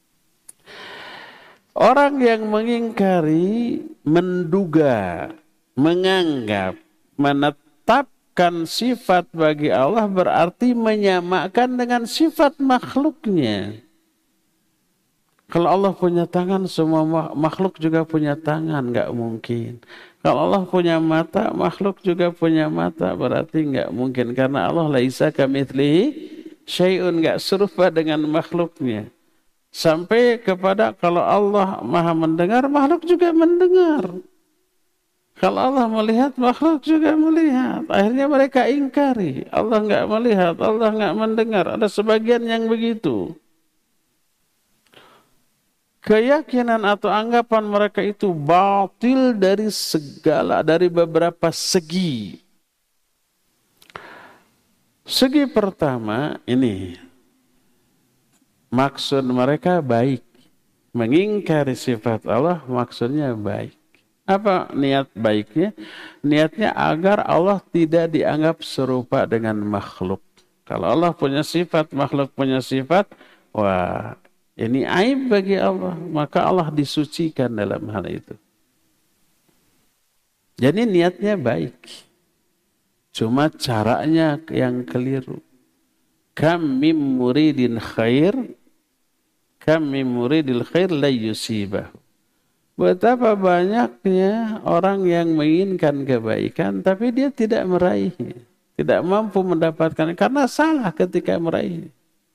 Orang yang mengingkari, menduga, menganggap, menetapkan sifat bagi Allah berarti menyamakan dengan sifat makhluknya. Kalau Allah punya tangan, semua makhluk juga punya tangan, nggak mungkin. Kalau Allah punya mata, makhluk juga punya mata, berarti nggak mungkin. Karena Allah laisa kamitslihi syai'un, nggak serupa dengan makhluknya. Sampai kepada kalau Allah maha mendengar, makhluk juga mendengar. Kalau Allah melihat, makhluk juga melihat. Akhirnya mereka ingkari. Allah nggak melihat, Allah nggak mendengar. Ada sebagian yang begitu. Keyakinan atau anggapan mereka itu batil dari segala, dari beberapa segi. Segi pertama ini. Maksud mereka baik. Mengingkari sifat Allah maksudnya baik. Apa niat baiknya? Niatnya agar Allah tidak dianggap serupa dengan makhluk. Kalau Allah punya sifat, makhluk punya sifat, wah ini aib bagi Allah. Maka Allah disucikan dalam hal itu. Jadi niatnya baik. Cuma caranya yang keliru. Kam mim muridin khair, kam mim muridil khair la yusibah. Betapa banyaknya orang yang menginginkan kebaikan tapi dia tidak meraihnya, tidak mampu mendapatkan karena salah ketika meraihnya.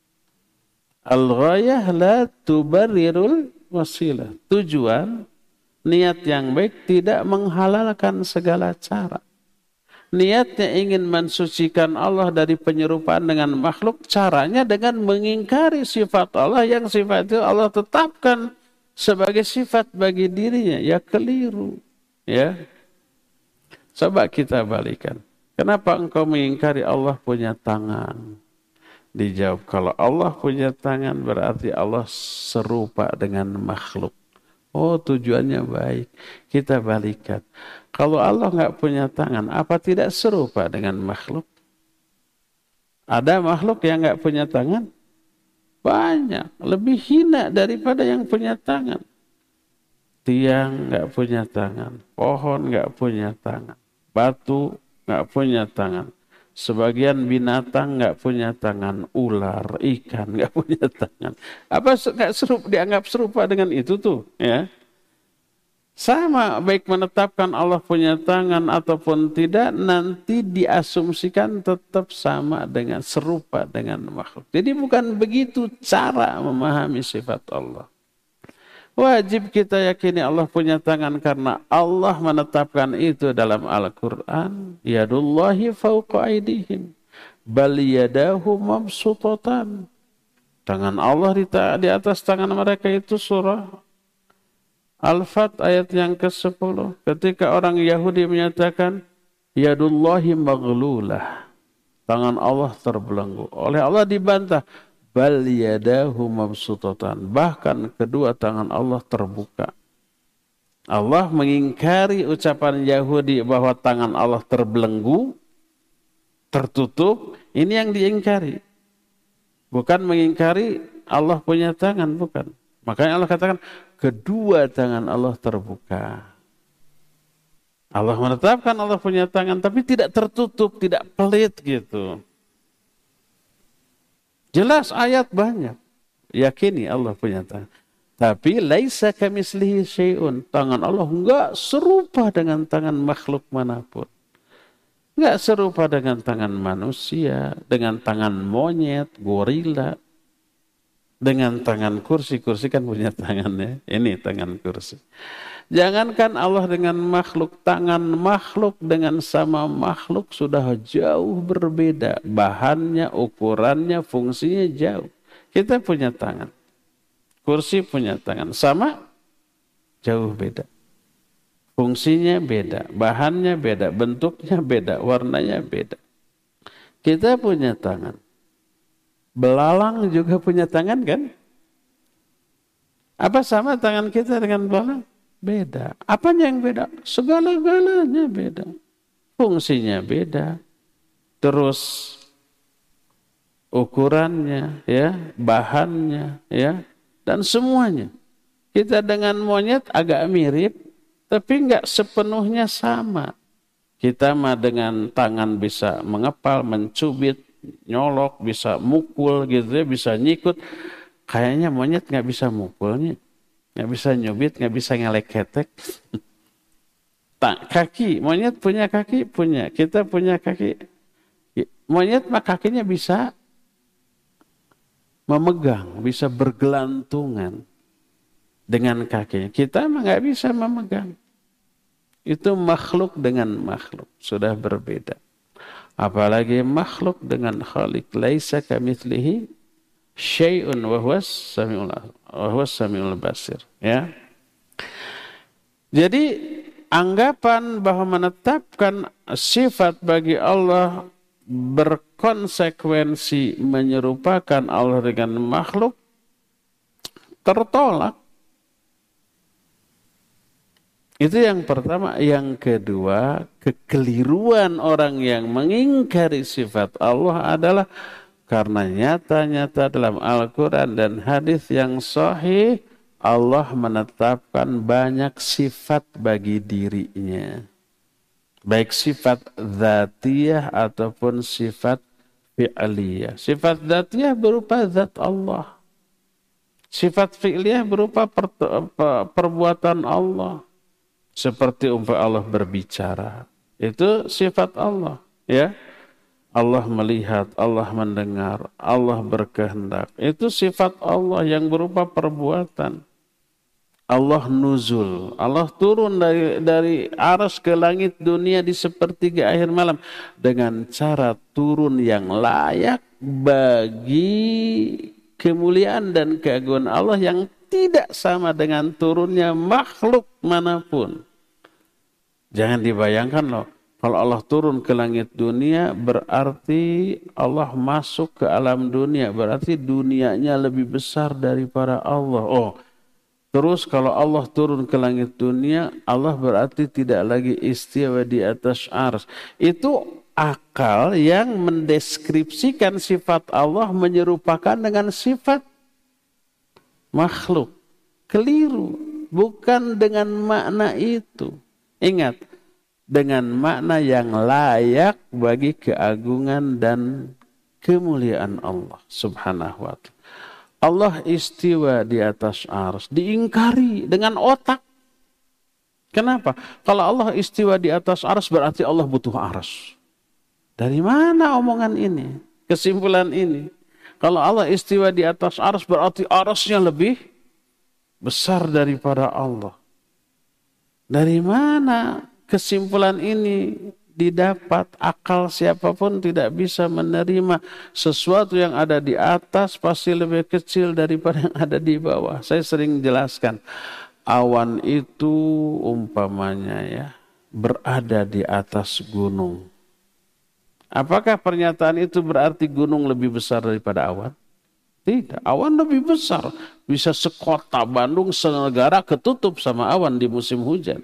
Al-ghayah la tubarrirul wasilah. Tujuan niat yang baik tidak menghalalkan segala cara. Niatnya ingin mensucikan Allah dari penyerupaan dengan makhluk, caranya dengan mengingkari sifat Allah yang sifat itu Allah tetapkan sebagai sifat bagi dirinya. Ya keliru. Ya. Coba kita balikan. Kenapa engkau mengingkari Allah punya tangan? Dijawab, kalau Allah punya tangan berarti Allah serupa dengan makhluk. Oh, tujuannya baik. Kita balikan. Kalau Allah nggak punya tangan, apa tidak serupa dengan makhluk? Ada makhluk yang nggak punya tangan? Banyak. Lebih hina daripada yang punya tangan. Tiang nggak punya tangan. Pohon nggak punya tangan. Batu nggak punya tangan. Sebagian binatang nggak punya tangan. Ular, ikan nggak punya tangan. Apa nggak serupa, dianggap serupa dengan itu tuh? Ya. Sama, baik menetapkan Allah punya tangan ataupun tidak, nanti diasumsikan tetap sama dengan, serupa dengan makhluk. Jadi bukan begitu cara memahami sifat Allah. Wajib kita yakini Allah punya tangan karena Allah menetapkan itu dalam Al-Quran. Yadullahi fawqa aydihim. Bal yadahu mabsutatan. Tangan Allah di, di atas tangan mereka itu surah Al-Fat ayat yang kesepuluh. Ketika orang Yahudi menyatakan yadullahi maghlulah. Tangan Allah terbelenggu. Oleh Allah dibantah. Bal yadahu mabsutatan. Bahkan kedua tangan Allah terbuka. Allah mengingkari ucapan Yahudi bahwa tangan Allah terbelenggu, tertutup. Ini yang diingkari. Bukan mengingkari Allah punya tangan, bukan. Makanya Allah katakan kedua tangan Allah terbuka. Allah menetapkan Allah punya tangan tapi tidak tertutup, tidak pelit gitu. Jelas ayat banyak. Yakini Allah punya tangan. Tapi laisa kamitslihi syai'un. Tangan Allah enggak serupa dengan tangan makhluk manapun. Enggak serupa dengan tangan manusia, dengan tangan monyet, gorila, dengan tangan kursi. Kursi kan punya tangannya. Ini tangan kursi. Jangankan Allah dengan makhluk, tangan makhluk dengan sama makhluk sudah jauh berbeda. Bahannya, ukurannya, fungsinya jauh. Kita punya tangan. Kursi punya tangan, sama jauh beda. Fungsinya beda, bahannya beda, bentuknya beda, warnanya beda. Kita punya tangan. Belalang juga punya tangan kan? Apa sama tangan kita dengan belalang? Beda. Apanya yang beda? Segala-galanya beda. Fungsinya beda. Terus ukurannya, ya, bahannya, ya. Dan semuanya. Kita dengan monyet agak mirip, tapi enggak sepenuhnya sama. Kita mah dengan tangan bisa mengepal, mencubit, nyolok, bisa mukul gitu ya, bisa nyikut. Kayaknya monyet enggak bisa mukulnya, enggak bisa nyubit, enggak bisa ngelek ketek. Kaki, monyet punya kaki, punya. Kita punya kaki. Monyet mah kakinya bisa memegang, bisa bergelantungan dengan kakinya. Kita emang nggak bisa memegang. Itu makhluk dengan makhluk sudah berbeda. Apalagi makhluk dengan khaliq. Laisa kamitslihi syai'un wa huwas samiul wa huwas samiul basir. Ya. Jadi anggapan bahwa menetapkan sifat bagi Allah berkonsekuensi menyerupakan Allah dengan makhluk tertolak. Itu yang pertama. Yang kedua, kekeliruan orang yang mengingkari sifat Allah adalah karena nyata-nyata dalam Al-Quran dan hadis yang sahih Allah menetapkan banyak sifat bagi dirinya. Baik sifat dzatiyah ataupun sifat fi'liyah. Sifat dzatiyah berupa zat Allah. Sifat fi'liyah berupa per, per, perbuatan Allah. Seperti umpama Allah berbicara. Itu sifat Allah. Ya, Allah melihat, Allah mendengar, Allah berkehendak. Itu sifat Allah yang berupa perbuatan. Allah nuzul, Allah turun dari dari aras ke langit dunia di sepertiga akhir malam dengan cara turun yang layak bagi kemuliaan dan keagungan Allah yang tidak sama dengan turunnya makhluk manapun. Jangan dibayangkan loh, kalau Allah turun ke langit dunia berarti Allah masuk ke alam dunia, berarti dunianya lebih besar daripada Allah. Oh, terus kalau Allah turun ke langit dunia, Allah berarti tidak lagi istiwa di atas arsy. Itu akal yang mendeskripsikan sifat Allah menyerupakan dengan sifat makhluk. Keliru. Bukan dengan makna itu. Ingat, dengan makna yang layak bagi keagungan dan kemuliaan Allah subhanahu wa ta'ala. Allah istiwa di atas arsy, diingkari dengan otak. Kenapa? Kalau Allah istiwa di atas arsy berarti Allah butuh arsy. Dari mana omongan ini? Kesimpulan ini. Kalau Allah istiwa di atas arsy berarti arsy-nya lebih besar daripada Allah. Dari mana kesimpulan ini didapat? Akal siapapun tidak bisa menerima sesuatu yang ada di atas pasti lebih kecil daripada yang ada di bawah. Saya sering jelaskan, awan itu umpamanya ya berada di atas gunung. Apakah pernyataan itu berarti gunung lebih besar daripada awan? Tidak, awan lebih besar. Bisa sekota Bandung, senegara ketutup sama awan di musim hujan.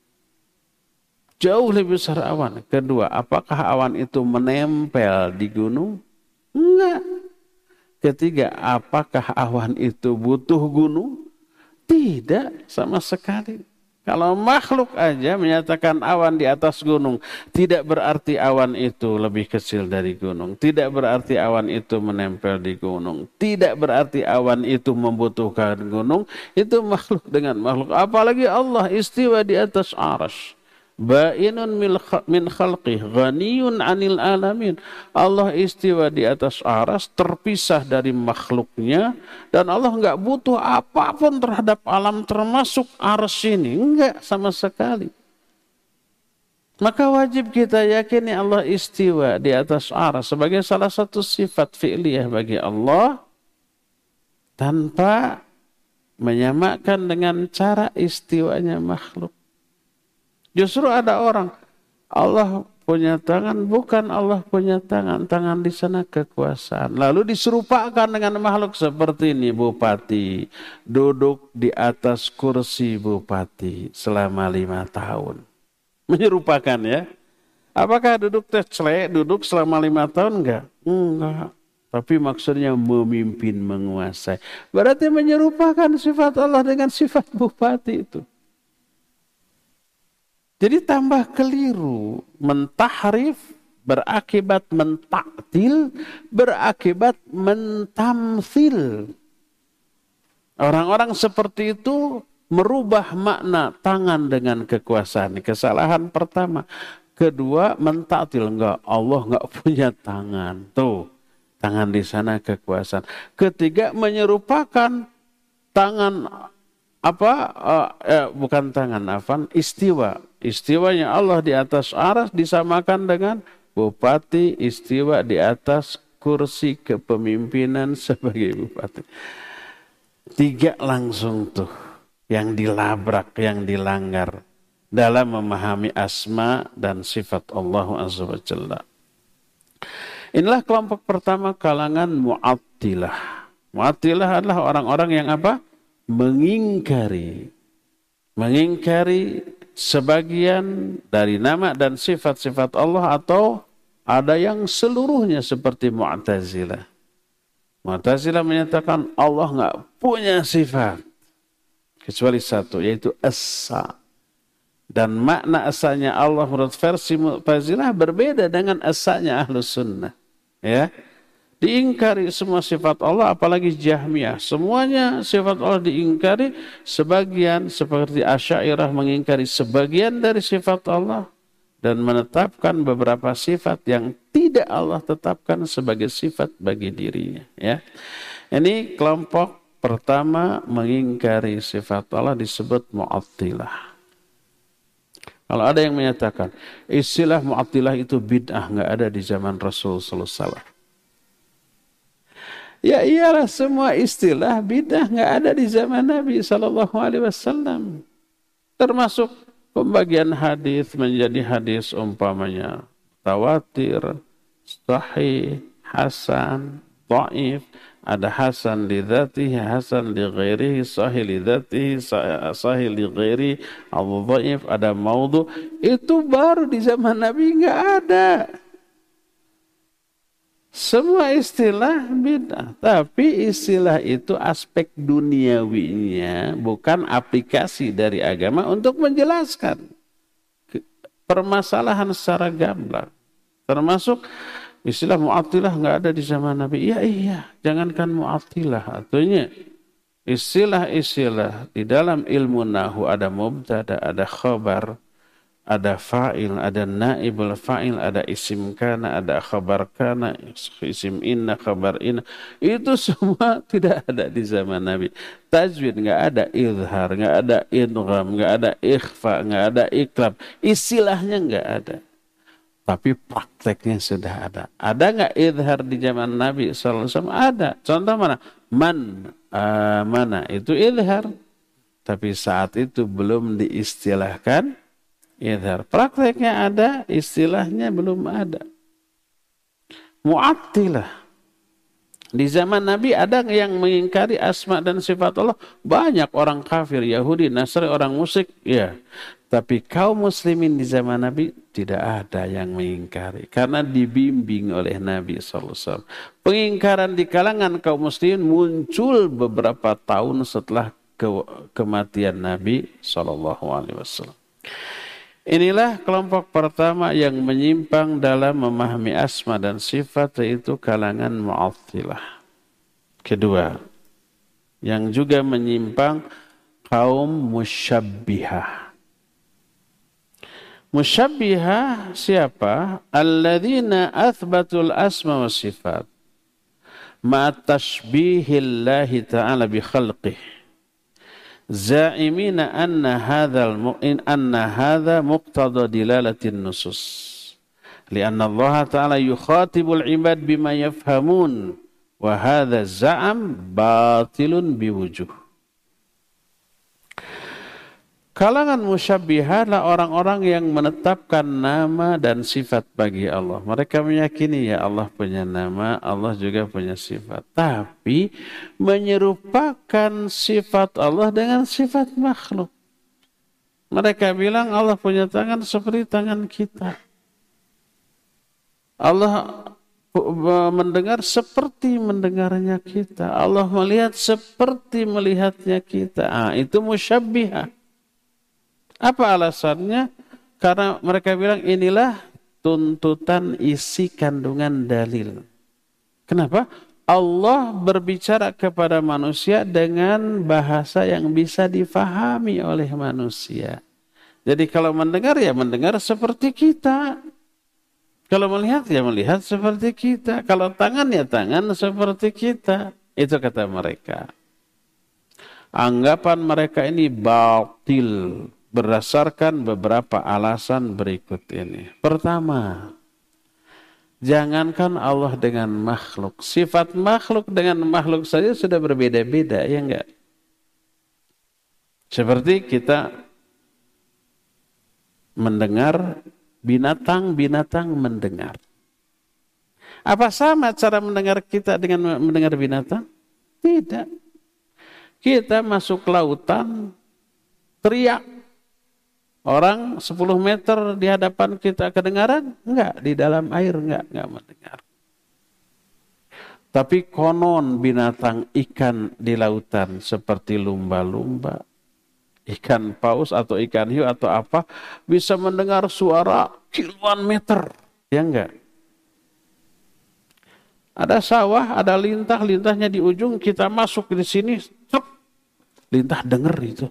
Jauh lebih besar awan. Kedua, apakah awan itu menempel di gunung? Enggak. Ketiga, apakah awan itu butuh gunung? Tidak, sama sekali. Kalau makhluk aja menyatakan awan di atas gunung, tidak berarti awan itu lebih kecil dari gunung. Tidak berarti awan itu menempel di gunung. Tidak berarti awan itu membutuhkan gunung. Itu makhluk dengan makhluk. Apalagi Allah istiwa di atas arsy. Ba'inun min khalqih, ghaniyun anil alamin. Allah istiwa di atas aras, terpisah dari makhluknya, dan Allah enggak butuh apapun terhadap alam termasuk aras ini, enggak sama sekali. Maka wajib kita yakini Allah istiwa di atas aras sebagai salah satu sifat fi'liyah bagi Allah, tanpa menyamakan dengan cara istiwanya makhluk. Justru ada orang, Allah punya tangan, bukan Allah punya tangan. Tangan di sana kekuasaan. Lalu diserupakan dengan makhluk seperti ini, bupati. Duduk di atas kursi bupati selama lima tahun. Menyerupakan ya. Apakah duduk teclek, duduk selama lima tahun? Enggak. Enggak. Tapi maksudnya memimpin, menguasai. Berarti menyerupakan sifat Allah dengan sifat bupati itu. Jadi tambah keliru, mentahrif berakibat mentaktil, berakibat mentamsil. Orang-orang seperti itu merubah makna tangan dengan kekuasaan. Kesalahan pertama. Kedua, mentaktil. Enggak, Allah enggak punya tangan. Tuh, tangan di sana kekuasaan. Ketiga, menyerupakan tangan apa? Uh, eh, bukan tangan, afan, istiwa. Istiwanya Allah di atas aras disamakan dengan bupati istiwa di atas kursi kepemimpinan sebagai bupati. Tiga langsung tuh yang dilabrak, yang dilanggar dalam memahami asma dan sifat Allah Azza wa Jalla. Inilah kelompok pertama kalangan Mu'attilah. Mu'attilah adalah orang-orang yang apa? Mengingkari. Mengingkari sebagian dari nama dan sifat-sifat Allah, atau ada yang seluruhnya seperti Mu'tazilah. Mu'tazilah menyatakan Allah enggak punya sifat kecuali satu, yaitu Asa. Dan makna asanya Allah menurut versi Mu'tazilah berbeda dengan asanya Ahlus Sunnah. Ya. Diingkari semua sifat Allah, apalagi Jahmiyah. Semuanya sifat Allah diingkari. Sebagian seperti Asy'ariyah mengingkari sebagian dari sifat Allah dan menetapkan beberapa sifat yang tidak Allah tetapkan sebagai sifat bagi dirinya. Ya. Ini kelompok pertama mengingkari sifat Allah disebut Mu'attilah. Kalau ada yang menyatakan istilah Mu'attilah itu bid'ah, nggak ada di zaman Rasul sallallahu alaihi wasallam. Ya iyalah, semua istilah bidah nggak ada di zaman Nabi Sallallahu Alaihi Wasallam. Termasuk pembagian hadis menjadi hadis umpamanya tawatir, sahih, hasan, dhaif. Ada hasan li dzatihi, hasan li ghairihi, sahih li dzatihi, sahih li ghairihi, dhaif. Ada maudhu. Itu baru di zaman Nabi nggak ada. Semua istilah bid'ah, tapi istilah itu aspek duniawinya, bukan aplikasi dari agama untuk menjelaskan permasalahan secara gamblang. Termasuk istilah Mu'attilah nggak ada di zaman Nabi. Iya iya, jangankan Mu'attilah, artinya istilah-istilah di dalam ilmu nahwu ada mubtada, ada khabar, ada fa'il, ada naibul fa'il, ada isim kana, ada khabar kana, isim inna, khabar inna. Itu semua tidak ada di zaman Nabi. Tajwid nggak ada, izhar nggak ada, idgham nggak ada, ikhfa nggak ada, iklab. Istilahnya nggak ada. Tapi prakteknya sudah ada. Ada nggak izhar di zaman Nabi sallallahu alaihi wasallam? Ada. Contoh mana? Man, uh, mana? Itu izhar. Tapi saat itu belum diistilahkan izhar. Prakteknya ada, istilahnya belum ada. Mu'attilah. Di zaman Nabi ada yang mengingkari asma dan sifat Allah. Banyak orang kafir, Yahudi, Nasrani, orang musyrik. Ya. Tapi kaum muslimin di zaman Nabi tidak ada yang mengingkari. Karena dibimbing oleh Nabi sallallahu alaihi wasallam. Pengingkaran di kalangan kaum muslimin muncul beberapa tahun setelah ke kematian Nabi shallallahu alaihi wasallam. Inilah kelompok pertama yang menyimpang dalam memahami asma dan sifat, yaitu kalangan Mu'attilah. Kedua, yang juga menyimpang kaum Musyabbihah. Musyabbihah siapa? Alladzina athbatul asma wa sifat ma'a tashbihillahi ta'ala bi khalqihi. Za'imina anna hadzal mu'in anna hadza muqtada dilalatin nusus. Lianna Allah Ta'ala yukhatibul ibad bima yafhamun wa hadza za'am batilun biwujuh. Kalangan musyabbihah adalah orang-orang yang menetapkan nama dan sifat bagi Allah. Mereka meyakini ya Allah punya nama, Allah juga punya sifat. Tapi menyerupakan sifat Allah dengan sifat makhluk. Mereka bilang Allah punya tangan seperti tangan kita. Allah mendengar seperti mendengarnya kita. Allah melihat seperti melihatnya kita. Ah, itu musyabbihah. Apa alasannya? Karena mereka bilang inilah tuntutan isi kandungan dalil. Kenapa? Allah berbicara kepada manusia dengan bahasa yang bisa difahami oleh manusia. Jadi kalau mendengar ya mendengar seperti kita. Kalau melihat ya melihat seperti kita. Kalau tangan ya tangan seperti kita. Itu kata mereka. Anggapan mereka ini batil. Berdasarkan beberapa alasan berikut ini. Pertama, jangankan Allah dengan makhluk. Sifat makhluk dengan makhluk saja sudah berbeda-beda, ya enggak? Seperti kita mendengar binatang-binatang mendengar. Apa sama cara mendengar kita dengan mendengar binatang? Tidak. Kita masuk lautan, teriak. Orang sepuluh meter di hadapan kita kedengaran? Enggak, di dalam air enggak, enggak mendengar. Tapi konon binatang ikan di lautan seperti lumba-lumba, ikan paus atau ikan hiu atau apa, bisa mendengar suara kiloan meter. Ya enggak? Ada sawah, ada lintah, lintahnya di ujung, kita masuk di sini, truk, lintah denger itu.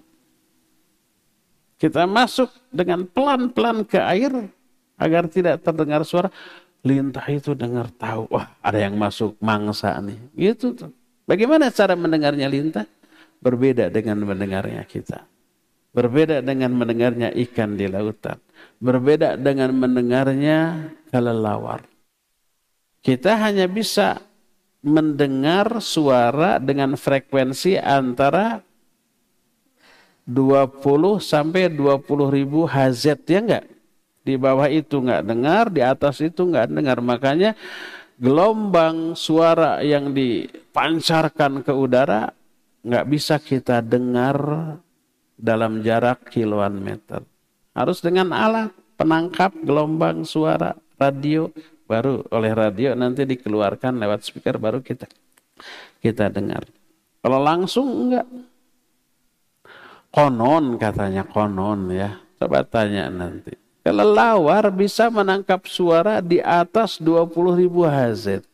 Kita masuk dengan pelan-pelan ke air agar tidak terdengar suara. Lintah itu dengar tahu, wah ada yang masuk mangsa nih. Gitu tuh. Bagaimana cara mendengarnya lintah? Berbeda dengan mendengarnya kita. Berbeda dengan mendengarnya ikan di lautan. Berbeda dengan mendengarnya kelelawar. Kita hanya bisa mendengar suara dengan frekuensi antara dua puluh sampai dua puluh ribu hertz, ya enggak? Di bawah itu enggak dengar, di atas itu enggak dengar. Makanya gelombang suara yang dipancarkan ke udara enggak bisa kita dengar dalam jarak kiloan meter. Harus dengan alat penangkap gelombang suara radio, baru oleh radio nanti dikeluarkan lewat speaker, baru kita kita dengar. Kalau langsung enggak. Konon katanya, konon ya. Coba tanya nanti. Kelelawar bisa menangkap suara di atas dua puluh ribu hertz.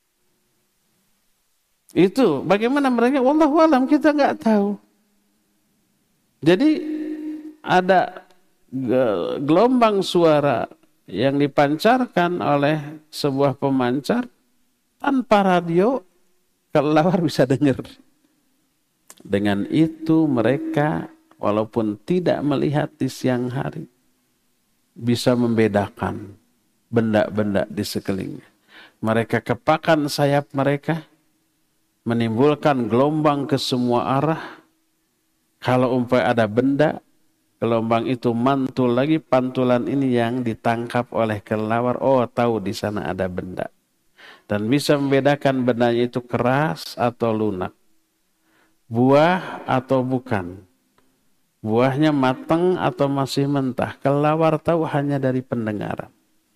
Itu bagaimana mereka? Wallahu alam, kita nggak tahu. Jadi ada gelombang suara yang dipancarkan oleh sebuah pemancar tanpa radio, kelelawar bisa dengar. Dengan itu mereka walaupun tidak melihat di siang hari bisa membedakan benda-benda di sekelilingnya. Mereka kepakan sayap mereka, menimbulkan gelombang ke semua arah. Kalau umpamanya ada benda, gelombang itu mantul lagi, pantulan ini yang ditangkap oleh kelelawar. Oh, tahu di sana ada benda. Dan bisa membedakan bendanya itu keras atau lunak. Buah atau bukan. Buahnya matang atau masih mentah. Kelelawar tahu hanya dari pendengaran.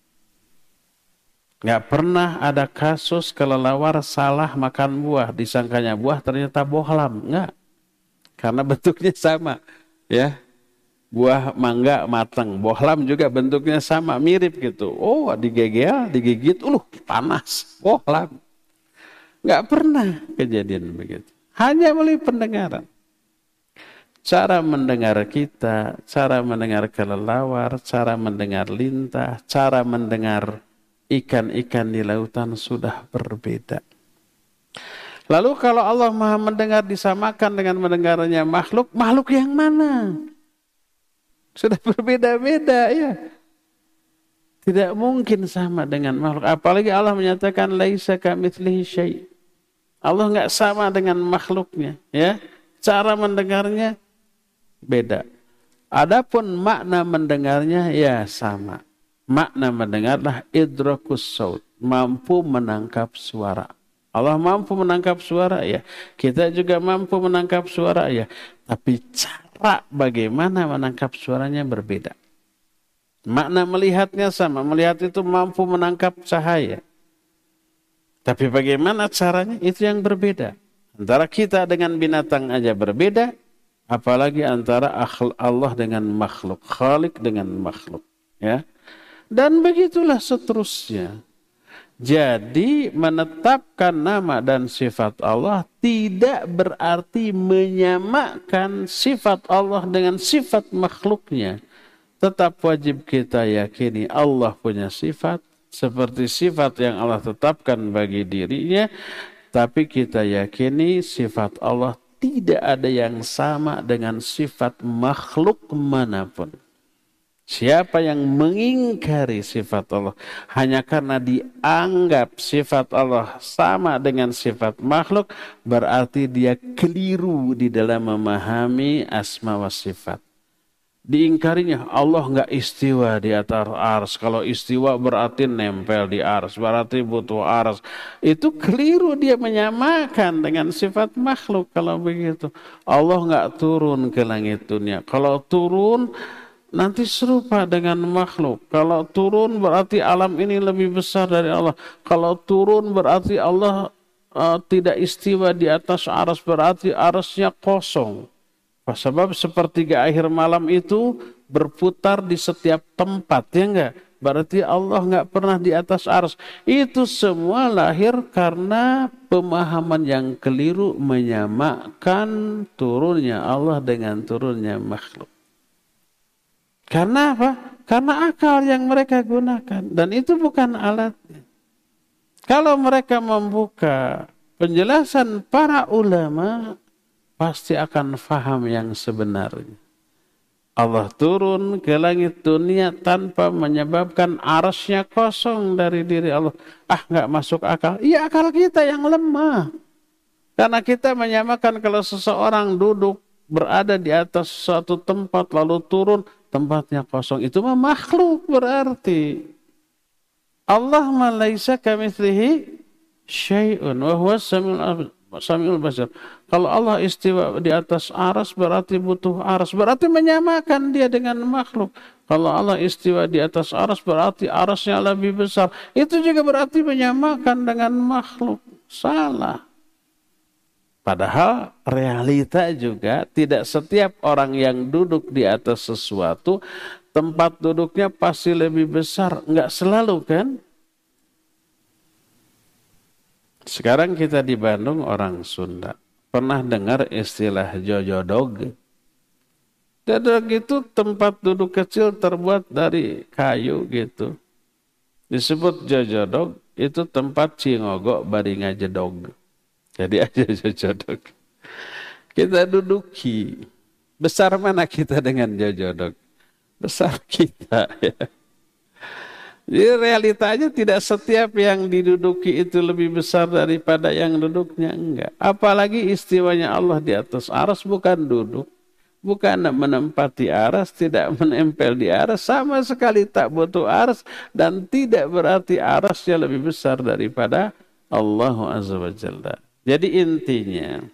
Nggak pernah ada kasus kelelawar salah makan buah. Disangkanya buah ternyata bohlam. Nggak. karena bentuknya sama, ya. Buah mangga matang, bohlam juga bentuknya sama, mirip gitu. Oh, digigil, digigit, uluh panas, bohlam. Nggak pernah kejadian begitu. Hanya melalui pendengaran. Cara mendengar kita, cara mendengar kelelawar, cara mendengar lintah, cara mendengar ikan-ikan di lautan sudah berbeda. Lalu kalau Allah Maha mendengar disamakan dengan mendengarnya makhluk, makhluk yang mana? Sudah berbeda-beda, ya. Tidak mungkin sama dengan makhluk. Apalagi Allah menyatakan laisa kamitslihi syai'. Allah enggak sama dengan makhluknya, ya. Cara mendengarnya beda. Adapun makna mendengarnya ya sama. Makna mendengarlah idrakus saut, mampu menangkap suara. Allah mampu menangkap suara, ya. Kita juga mampu menangkap suara, ya. Tapi cara bagaimana menangkap suaranya berbeda. Makna melihatnya sama. Melihat itu mampu menangkap cahaya. Tapi bagaimana caranya itu yang berbeda. Antara kita dengan binatang aja berbeda. Apalagi antara Allah dengan makhluk. Khalik dengan makhluk. Ya. Dan begitulah seterusnya. Jadi menetapkan nama dan sifat Allah tidak berarti menyamakan sifat Allah dengan sifat makhluknya. Tetap wajib kita yakini Allah punya sifat seperti sifat yang Allah tetapkan bagi dirinya. Tapi kita yakini sifat Allah tidak ada yang sama dengan sifat makhluk manapun. Siapa yang mengingkari sifat Allah hanya karena dianggap sifat Allah sama dengan sifat makhluk, berarti dia keliru di dalam memahami asma wa sifat. Diingkarinya Allah enggak istiwa di atas ars. Kalau istiwa berarti nempel di ars, berarti butuh ars. Itu keliru, dia menyamakan dengan sifat makhluk kalau begitu. Allah enggak turun ke langit dunia. Kalau turun nanti serupa dengan makhluk. Kalau turun berarti alam ini lebih besar dari Allah. Kalau turun berarti Allah uh, tidak istiwa di atas aras, berarti arasnya kosong. Sebab sepertiga akhir malam itu berputar di setiap tempat, ya enggak? Berarti Allah enggak pernah di atas aras. Itu semua lahir karena pemahaman yang keliru menyamakan turunnya Allah dengan turunnya makhluk. Karena apa? Karena akal yang mereka gunakan. Dan itu bukan alatnya. Kalau mereka membuka penjelasan para ulama, pasti akan faham yang sebenarnya. Allah turun ke langit dunia tanpa menyebabkan arasnya kosong dari diri Allah. Ah, nggak masuk akal. Iya, akal kita yang lemah. Karena kita menyamakan kalau seseorang duduk berada di atas suatu tempat lalu turun, tempatnya kosong. Itu mah makhluk berarti. Allah ma laisa kamitslihi syai'un wa huwa samiul Samiul basar. Kalau Allah istiwa di atas aras berarti butuh aras. Berarti menyamakan dia dengan makhluk. Kalau Allah istiwa di atas aras berarti arasnya lebih besar. Itu juga berarti menyamakan dengan makhluk. Salah. Padahal realita juga tidak setiap orang yang duduk di atas sesuatu tempat duduknya pasti lebih besar. Enggak selalu kan? Sekarang kita di Bandung orang Sunda. Pernah dengar istilah jojodog? Jojodog itu tempat duduk kecil terbuat dari kayu gitu. Disebut jojodog, itu tempat cingogok bari ngajedog. Jadi aja jojodog. Kita duduki. Besar mana kita dengan jojodog? Besar kita, ya. Jadi realitanya tidak setiap yang diduduki itu lebih besar daripada yang duduknya, enggak. Apalagi istiwanya Allah di atas aras bukan duduk, bukan menempati aras, tidak menempel di aras, sama sekali tak butuh aras dan tidak berarti arasnya lebih besar daripada Allah Azza wa Jalla. Jadi intinya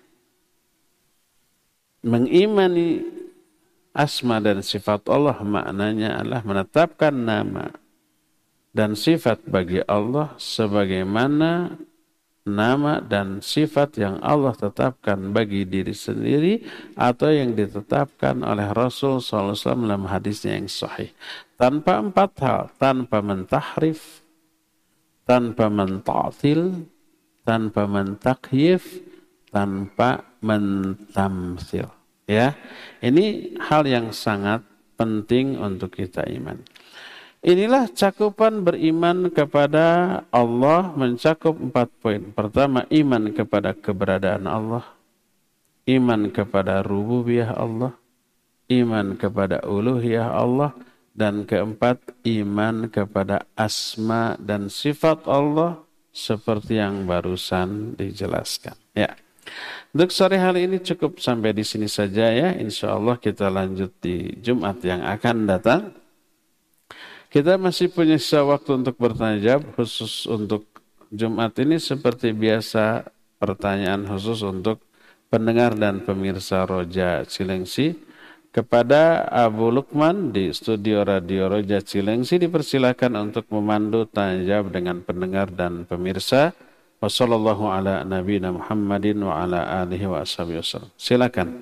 mengimani asma dan sifat Allah maknanya adalah menetapkan nama dan sifat bagi Allah sebagaimana nama dan sifat yang Allah tetapkan bagi diri sendiri atau yang ditetapkan oleh Rasul sallallahu alaihi wasallam dalam hadisnya yang sahih. Tanpa empat hal, tanpa mentahrif, tanpa menta'til, tanpa mentakyif, tanpa mentamsil. Ya, ini hal yang sangat penting untuk kita iman. Inilah cakupan beriman kepada Allah mencakup empat poin. Pertama, iman kepada keberadaan Allah, iman kepada rububiyah Allah, iman kepada uluhiyah Allah, dan keempat, iman kepada asma dan sifat Allah seperti yang barusan dijelaskan. Ya. Untuk sore hari ini cukup sampai di sini saja ya. Insya Allah kita lanjut di Jumat yang akan datang. Kita masih punya sisa waktu untuk bertanya jawab khusus untuk Jumat ini seperti biasa pertanyaan khusus untuk pendengar dan pemirsa Roja Cilengsi. Kepada Abu Lukman di studio Radio Roja Cilengsi dipersilakan untuk memandu tanya jawab dengan pendengar dan pemirsa. Wassallallahu ala nabiyina Muhammadin wa ala alihi wa ashabihi wasallam. Silakan.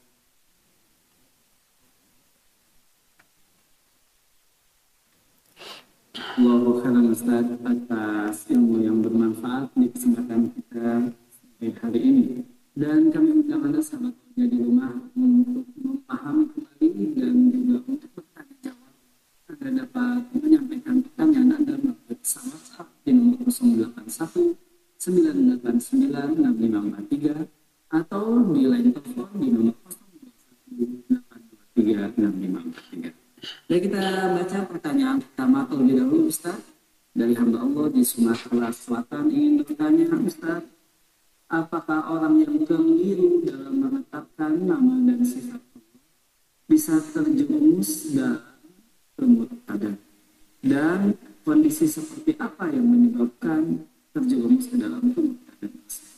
Allahu khairan Ustaz atas ilmu yang bermanfaat di kesempatan kita hari ini. Dan kami undang Anda sahabat Roja di rumah untuk memahami kembali dan juga untuk bertanya jawab. Anda dapat menyampaikan pertanyaan Anda melalui pesan WhatsApp di nomor nol delapan satu sembilan delapan sembilan enam lima empat tiga atau di line telepon di nomor nol dua satu delapan dua tiga enam lima empat tiga. Dan kita baca pertanyaan pertama terlebih dahulu Ustaz dari hamba Allah di Sumatera Selatan ingin bertanya Ustaz, apakah orang yang keliru dalam menetapkan nama dan sifat Allah bisa terjerumus dalam kemurtadan? Dan kondisi seperti apa yang menyebabkan terjerumus ke dalam kemurtadan?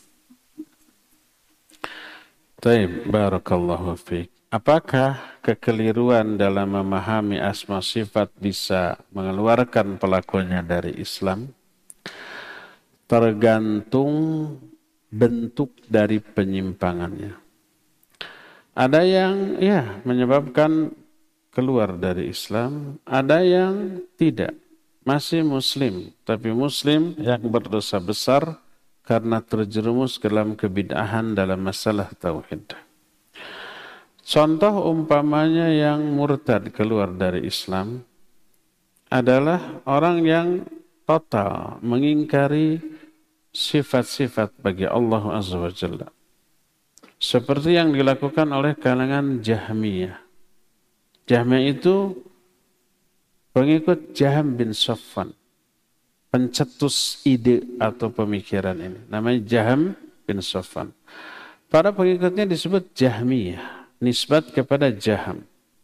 Baik, barakallahu fiik. Apakah kekeliruan dalam memahami asma sifat bisa mengeluarkan pelakunya dari Islam? Tergantung bentuk dari penyimpangannya. Ada yang ya menyebabkan keluar dari Islam, ada yang tidak. Masih muslim, tapi muslim yang berdosa besar karena terjerumus ke dalam kebid'ahan dalam masalah tauhid. Contoh umpamanya yang murtad keluar dari Islam adalah orang yang total mengingkari sifat-sifat bagi Allah Azza wa Jalla. Seperti yang dilakukan oleh kalangan Jahmiyah. Jahmiyah itu pengikut Jahm bin Safwan, pencetus ide atau pemikiran ini. Namanya Jahm bin Safwan. Para pengikutnya disebut Jahmiyah, nisbat kepada Jahm.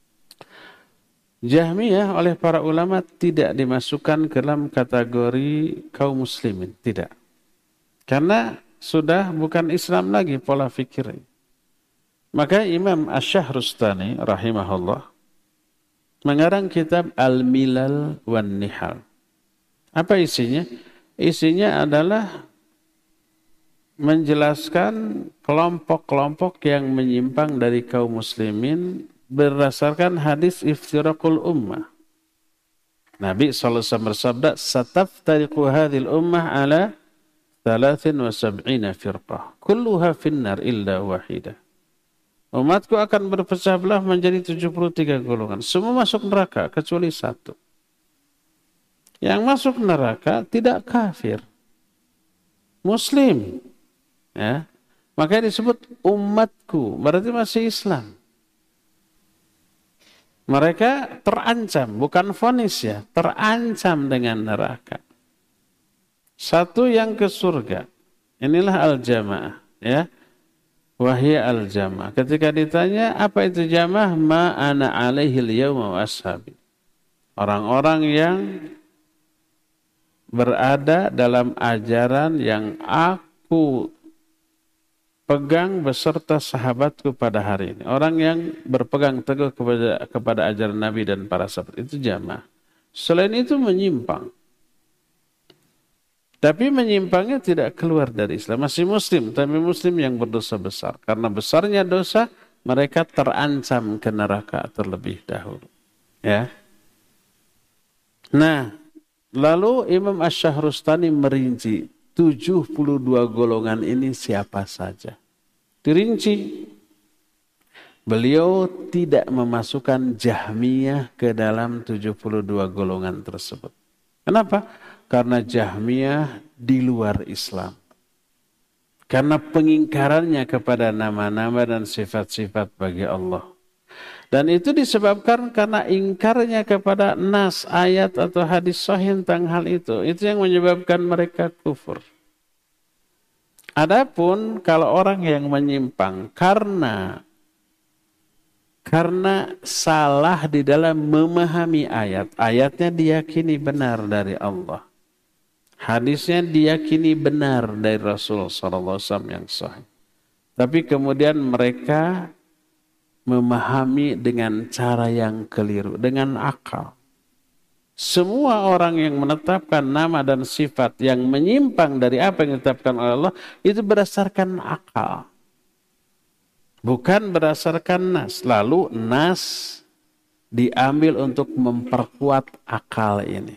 Jahmiyah oleh para ulama tidak dimasukkan ke dalam kategori kaum muslimin, tidak. Karena sudah bukan Islam lagi pola fikirnya. Maka Imam Asy-Syahrustani rahimahullah mengarang kitab Al-Milal wan Nihal. Apa isinya? Isinya adalah menjelaskan kelompok-kelompok yang menyimpang dari kaum muslimin berdasarkan hadis iftiraqul ummah. Nabi sallallahu alaihi wasallam bersabda, "Sataftariqu hadhil ummah ala thalathin wa sab'ina firqah, kulluha finnar illa wahidah." Umatku akan berpecah belah menjadi tujuh puluh tiga golongan. Semua masuk neraka kecuali satu. Yang masuk neraka tidak kafir, muslim. Ya, makanya disebut umatku, berarti masih Islam. Mereka terancam, bukan vonis ya, terancam dengan neraka. Satu yang ke surga, inilah al-jamaah, ya. Wahya al-jamaah. Ketika ditanya apa itu jamaah, ma ana alaihil yawma wa ashabi. Orang-orang yang berada dalam ajaran yang aku pegang beserta sahabatku pada hari ini. Orang yang berpegang teguh kepada kepada ajaran Nabi dan para sahabat itu jamaah. Selain itu menyimpang. Tapi menyimpangnya tidak keluar dari Islam. Masih muslim, tapi muslim yang berdosa besar. Karena besarnya dosa, mereka terancam ke neraka terlebih dahulu. Ya. Nah, lalu Imam Asy-Syahrustani merinci tujuh puluh dua golongan ini siapa saja. Dirinci. Beliau tidak memasukkan Jahmiyah ke dalam tujuh puluh dua golongan tersebut. Kenapa? Karena Jahmiyah di luar Islam. Karena pengingkarannya kepada nama-nama dan sifat-sifat bagi Allah. Dan itu disebabkan karena ingkarnya kepada nas, ayat atau hadis sahih tentang hal itu. Itu yang menyebabkan mereka kufur. Adapun kalau orang yang menyimpang karena Karena salah di dalam memahami ayat. Ayatnya diyakini benar dari Allah. Hadisnya diyakini benar dari Rasul sallallahu alaihi wasallam yang sahih. Tapi kemudian mereka memahami dengan cara yang keliru, dengan akal. Semua orang yang menetapkan nama dan sifat yang menyimpang dari apa yang ditetapkan oleh Allah, itu berdasarkan akal. Bukan berdasarkan nas. Lalu nas diambil untuk memperkuat akal ini.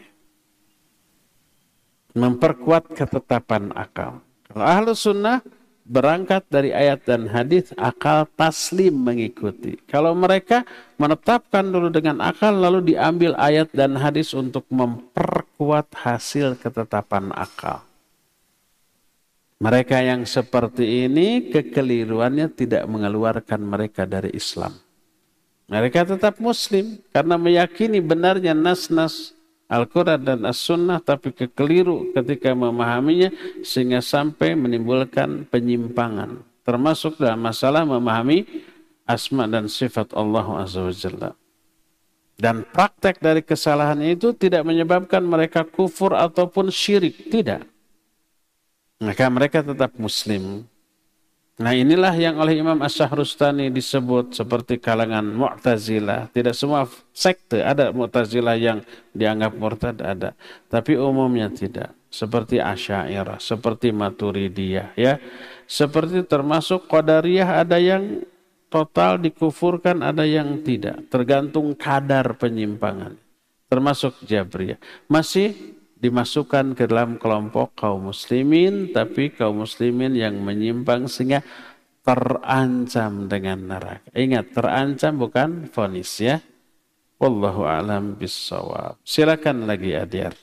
Memperkuat ketetapan akal. Kalau ahlu sunnah berangkat dari ayat dan hadis, akal taslim mengikuti. Kalau mereka menetapkan dulu dengan akal, lalu diambil ayat dan hadis untuk memperkuat hasil ketetapan akal. Mereka yang seperti ini kekeliruannya tidak mengeluarkan mereka dari Islam. Mereka tetap muslim karena meyakini benarnya nas-nas Al-Quran dan As-Sunnah, tapi kekeliru ketika memahaminya sehingga sampai menimbulkan penyimpangan. Termasuk dalam masalah memahami asma dan sifat Allah Azza wa Jalla. Dan praktek dari kesalahan itu tidak menyebabkan mereka kufur ataupun syirik. Tidak. Maka mereka tetap muslim. Nah inilah yang oleh Imam Asy-Syahrustani disebut seperti kalangan Mu'tazilah. Tidak semua sekte ada Mu'tazilah yang dianggap murtad, ada. Tapi umumnya tidak. Seperti Asy'ariyah, seperti Maturidiyah. Ya. Seperti termasuk Qadariyah, ada yang total dikufurkan, ada yang tidak. Tergantung kadar penyimpangan. Termasuk Jabriyah. Masih dimasukkan ke dalam kelompok kaum muslimin, tapi kaum muslimin yang menyimpang sehingga terancam dengan neraka. Ingat, terancam bukan vonis ya. Wallahu a'lam bissawab. Silakan lagi Adyar.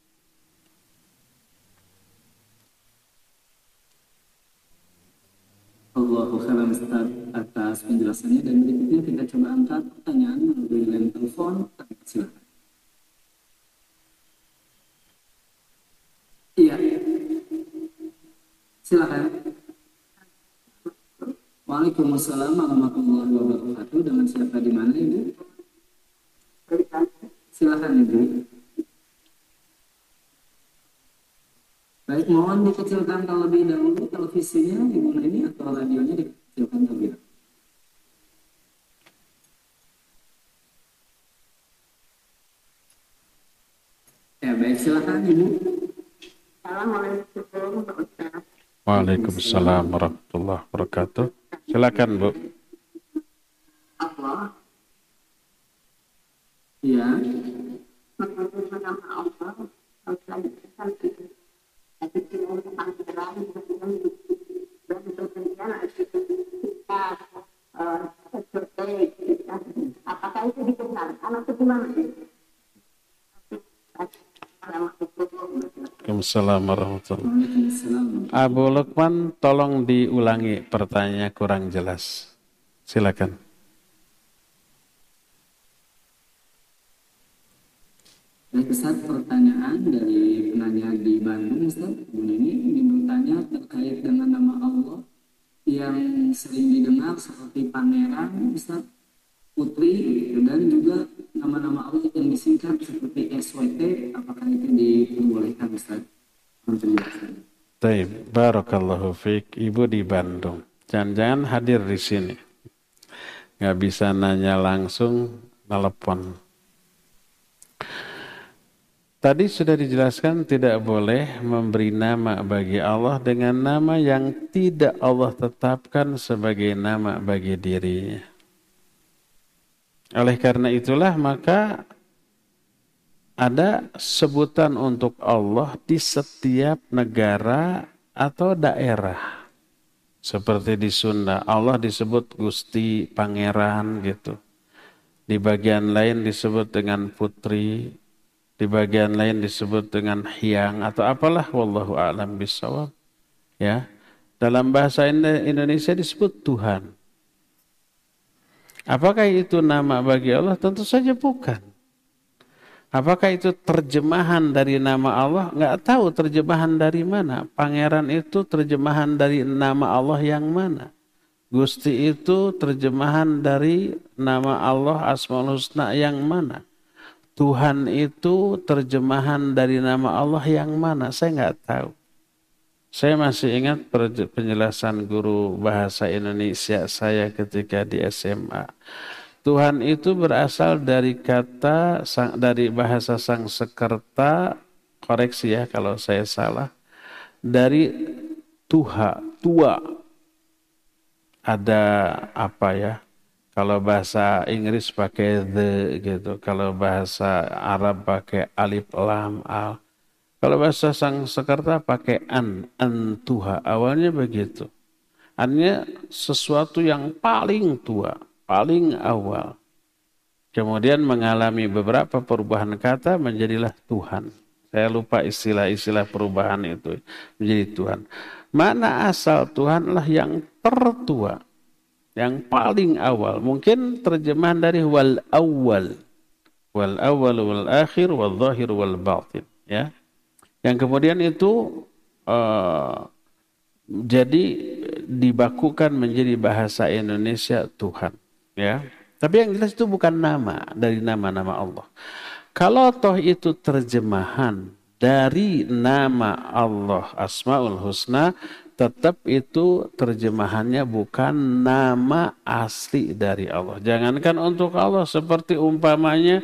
Allahu khairan Ustaz atas penjelasannya, dan berikutnya kita coba angkat pertanyaan melalui line telepon. Silakan. Iya, silakan. Waalaikumsalam warahmatullahi wabarakatuh. Dengan siapa di mana Ibu? Silakan Ibu. Baik, mohon dikecilkan terlebih dahulu televisinya Ibu ini atau radionya dikecilkan terlebih dahulu. Ya baik, silakan Ibu. Assalamualaikum Pak Ustaz. Waalaikumsalam warahmatullahi wabarakatuh. Silakan Bu. Allah. Iya. Menurut nama Allah, Allah sampai tapi tidak tentang terang dan berkenan kita seperti apakah itu dibenarkan atau gimana? Waalaikumsalam warahmatullahi wabarakatuh. Abu Lukman, tolong diulangi pertanyaannya, kurang jelas. Silakan. Baik Ustaz, pertanyaan dari penanya di Bandung Ustaz, Bu Nini ingin bertanya terkait dengan nama Allah yang sering didengar seperti Pangeran Ustaz, Putri, dan juga nama-nama Allah yang disingkat seperti S W T, apakah itu diperbolehkan Ustaz? Baik, barakallahu fiik. Ibu di Bandung, jangan-jangan hadir di sini, nggak bisa nanya langsung, telepon. Tadi sudah dijelaskan tidak boleh memberi nama bagi Allah dengan nama yang tidak Allah tetapkan sebagai nama bagi dirinya. Oleh karena itulah maka ada sebutan untuk Allah di setiap negara atau daerah. Seperti di Sunda, Allah disebut Gusti, Pangeran gitu. Di bagian lain disebut dengan Putri, di bagian lain disebut dengan Hyang atau apalah, wallahu a'lam bishawab. Ya. Dalam bahasa Indonesia disebut Tuhan. Apakah itu nama bagi Allah? Tentu saja bukan. Apakah itu terjemahan dari nama Allah? Nggak tahu terjemahan dari mana. Pangeran itu terjemahan dari nama Allah yang mana? Gusti itu terjemahan dari nama Allah Asmaul Husna yang mana? Tuhan itu terjemahan dari nama Allah yang mana? Saya nggak tahu. Saya masih ingat penjelasan guru bahasa Indonesia saya ketika di S M A. Tuhan itu berasal dari kata, dari bahasa Sangsekerta, koreksi ya kalau saya salah, dari tuha, tua. Ada apa ya, kalau bahasa Inggris pakai the gitu, kalau bahasa Arab pakai alif lam al, kalau bahasa Sangsekerta pakai an, an tuha, awalnya begitu. Artinya sesuatu yang paling tua, paling awal. Kemudian mengalami beberapa perubahan kata menjadilah Tuhan. Saya lupa istilah-istilah perubahan itu menjadi Tuhan. Mana asal Tuhanlah yang tertua, yang paling awal. Mungkin terjemahan dari wal awal. Wal awal wal akhir wal zahir wal batin. Ya. Yang kemudian itu uh, jadi dibakukan menjadi bahasa Indonesia Tuhan. Ya, tapi yang jelas itu bukan nama dari nama-nama Allah. Kalau toh itu terjemahan dari nama Allah Asmaul Husna, tetap itu terjemahannya bukan nama asli dari Allah. Jangankan untuk Allah, seperti umpamanya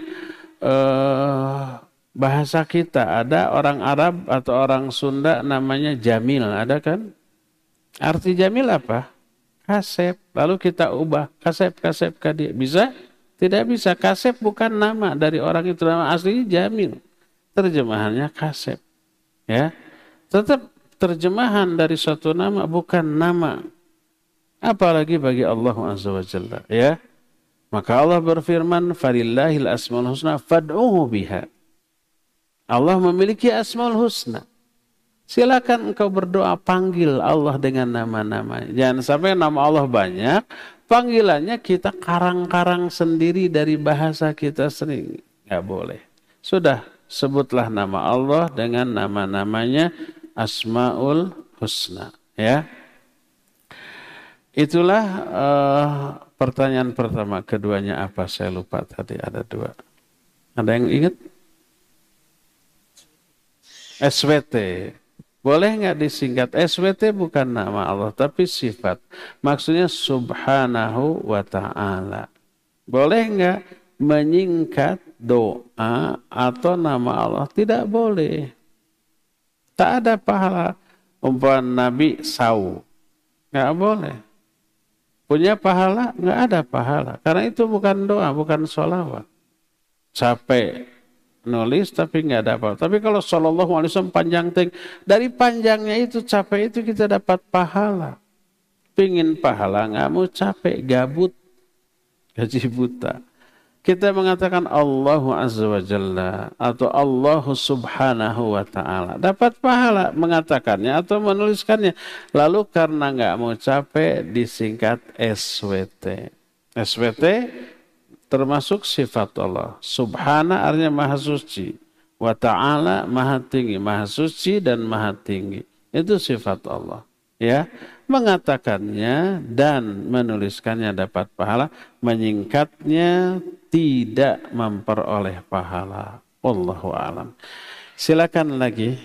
eh, bahasa kita, ada orang Arab atau orang Sunda namanya Jamil, ada kan? Arti Jamil apa? Kasep, lalu kita ubah kasep, kasep, kadir. Bisa? Tidak bisa. Kasep bukan nama dari orang itu, nama aslinya Jamil. Terjemahannya kasep. Ya, tetap terjemahan dari suatu nama bukan nama. Apalagi bagi Allah Azza wa Jalla. Ya, maka Allah berfirman, "Falillahil asmaul husna fad'uhu biha." Allah memiliki asmaul husna. Silakan engkau berdoa, panggil Allah dengan nama-nama. Jangan sampai nama Allah banyak, panggilannya kita karang-karang sendiri dari bahasa kita sendiri. Nggak boleh. Sudah, sebutlah nama Allah dengan nama-namanya Asmaul Husna. Ya. Itulah uh, pertanyaan pertama. Keduanya apa? Saya lupa tadi, ada dua. Ada yang ingat? S W T. Boleh nggak disingkat? S W T bukan nama Allah, tapi sifat. Maksudnya subhanahu wa ta'ala. Boleh nggak menyingkat doa atau nama Allah? Tidak boleh. Tak ada pahala. Umpama Nabi Saw. Nggak boleh. Punya pahala? Nggak ada pahala. Karena itu bukan doa, bukan sholawat. Capek nulis tapi nggak ada apa. Tapi kalau sallallahu alaihi wasallam panjang ting, dari panjangnya itu capek itu kita dapat pahala. Pingin pahala nggak mau capek, gabut, gaji buta. Kita mengatakan Allahu Azza wa Jalla atau Allahu Subhanahu wa Ta'ala. Dapat pahala mengatakannya atau menuliskannya. Lalu karena nggak mau capek disingkat S W T. S W T termasuk sifat Allah. Subhana artinya maha suci. Wa ta'ala maha tinggi. Maha suci dan maha tinggi. Itu sifat Allah. Ya, mengatakannya dan menuliskannya dapat pahala. Menyingkatnya tidak memperoleh pahala. Wallahu a'lam. Silakan lagi.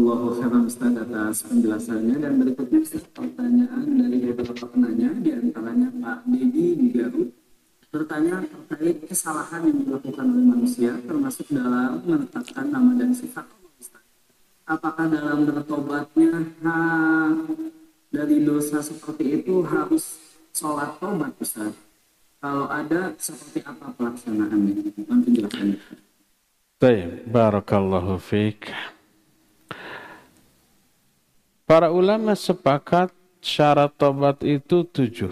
Jazakallahu khairan Ustaz atas penjelasannya. Dan berikutnya Ustaz, pertanyaan dari beberapa penanya, di antaranya Pak Dedi di Garut bertanya terkait kesalahan yang dilakukan oleh manusia termasuk dalam menetapkan nama dan sifat Allah Ustaz. Apakah dalam bertobatnya ha, dari dosa seperti itu harus sholat tobat Ustaz? Kalau ada, seperti apa pelaksanaannya? Mohon penjelasannya. Baik, barakallahu fiik. Para ulama sepakat syarat tobat itu tujuh.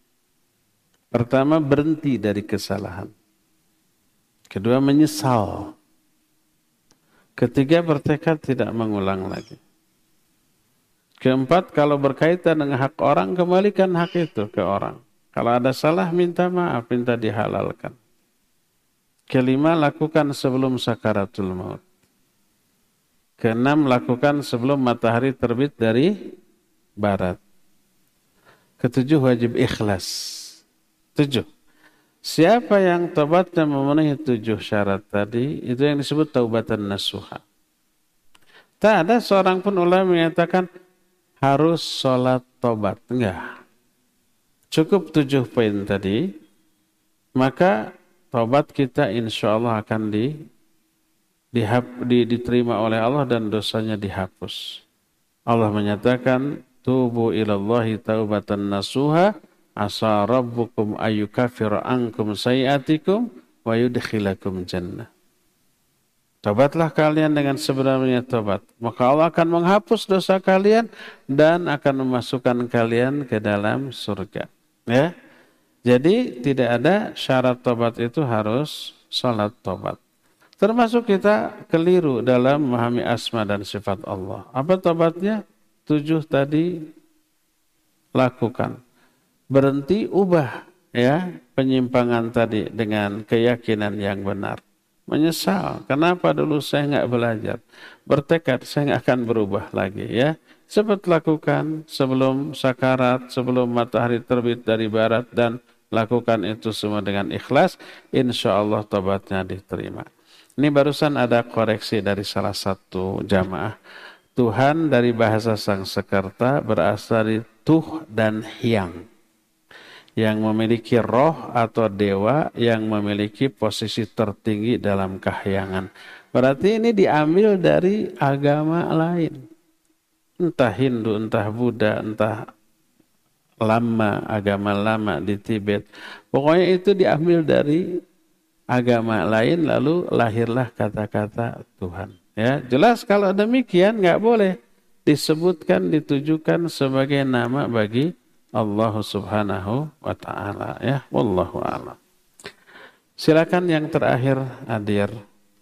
Pertama, berhenti dari kesalahan. Kedua, menyesal. Ketiga, bertekad tidak mengulang lagi. Keempat, kalau berkaitan dengan hak orang, kembalikan hak itu ke orang. Kalau ada salah, minta maaf, minta dihalalkan. Kelima, lakukan sebelum sakaratul maut. Keenam, lakukan sebelum matahari terbit dari barat. Ketujuh, wajib ikhlas. Tujuh. Siapa yang taubatnya memenuhi tujuh syarat tadi, itu yang disebut taubatan nasuha. Tak ada seorang pun ulama mengatakan harus sholat taubat. Enggak. Cukup tujuh poin tadi, maka taubat kita insya Allah akan di, dihap, di, diterima oleh Allah dan dosanya dihapus. Allah menyatakan, tubu ilallahi taubatan nasuha, asa rabbukum ayyukafir ankum sayiatikum wa yudkhilakum jannah. Taubatlah kalian dengan sebenarnya taubat. Maka Allah akan menghapus dosa kalian dan akan memasukkan kalian ke dalam surga. Ya. Jadi tidak ada syarat tobat itu harus sholat tobat. Termasuk kita keliru dalam memahami asma dan sifat Allah. Apa tobatnya? Tujuh tadi lakukan. Berhenti, ubah ya penyimpangan tadi dengan keyakinan yang benar. Menyesal, kenapa dulu saya nggak belajar? Bertekad saya nggak akan berubah lagi ya. Cepat lakukan sebelum sakarat, sebelum matahari terbit dari barat, dan lakukan itu semua dengan ikhlas, insya Allah taubatnya diterima. Ini barusan ada koreksi dari salah satu jamaah. Tuhan dari bahasa Sanskerta berasal dari tuh dan hyang, yang memiliki roh atau dewa yang memiliki posisi tertinggi dalam kahyangan. Berarti ini diambil dari agama lain. Entah Hindu, entah Buddha, entah lama, agama lama di Tibet. Pokoknya itu diambil dari agama lain, lalu lahirlah kata-kata Tuhan. Ya, jelas kalau demikian nggak boleh disebutkan, ditujukan sebagai nama bagi Allah Subhanahu wa Ta'ala. Ya, wallahu a'lam. Silakan yang terakhir, hadir.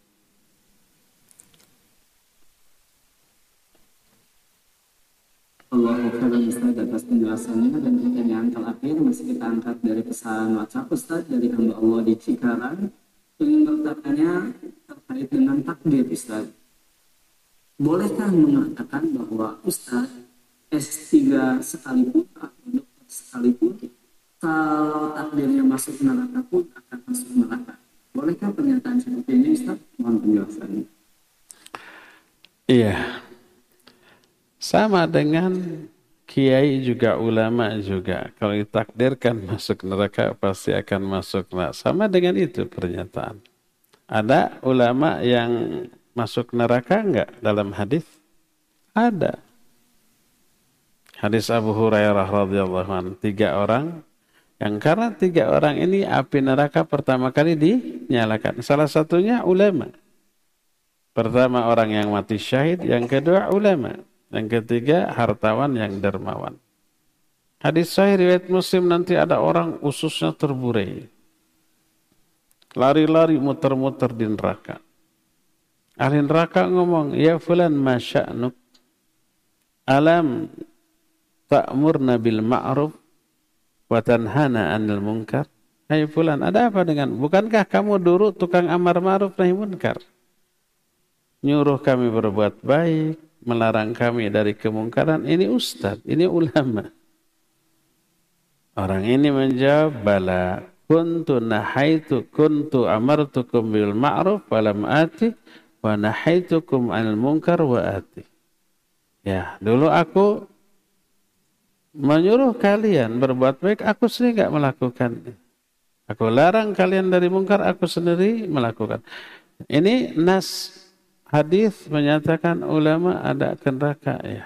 Allahu khairan Ustaz atas penjelasannya. Dan pertanyaan terakhir masih kita angkat dari pesan WhatsApp Ustaz dari hamba Allah di Cikarang. Ingin bertanya terkait dengan takdir Ustaz. Bolehkah mengatakan bahwa Ustaz S tiga sekalipun atau dokter sekalipun kalau takdirnya masuk neraka pun akan masuk neraka? Bolehkah pernyataan seperti ini Ustaz? Mohon penjelasannya. Iya. Sama dengan kiai juga, ulama juga. Kalau ditakdirkan masuk neraka, pasti akan masuk neraka. Sama dengan itu pernyataan. Ada ulama yang masuk neraka enggak dalam hadis? Ada. Hadis Abu Hurairah radhiyallahu anhu, tiga orang yang karena tiga orang ini api neraka pertama kali dinyalakan. Salah satunya ulama. Pertama orang yang mati syahid, yang kedua ulama. Yang ketiga, hartawan yang dermawan. Hadis sahih riwayat Muslim, nanti ada orang ususnya terburai. Lari-lari muter-muter di neraka. Ahli neraka ngomong, ya fulan masya'nuk. Alam ta'murna bil ma'ruf wa tanhana 'anil munkar. Hai fulan, ada apa dengan? Bukankah kamu dulu tukang amar ma'ruf nahi munkar? Nyuruh kami berbuat baik, melarang kami dari kemungkaran. Ini ustaz, ini ulama. Orang ini menjawab, bala kuntu nahaitu kuntu amartukum bil ma'ruf wa lam ati wa nahaitukum 'anil munkar wa ati. Ya, dulu aku menyuruh kalian berbuat baik, aku sendiri nggak melakukannya. Aku larang kalian dari mungkar, aku sendiri melakukan. Ini nas hadis menyatakan ulama ada ke neraka ya.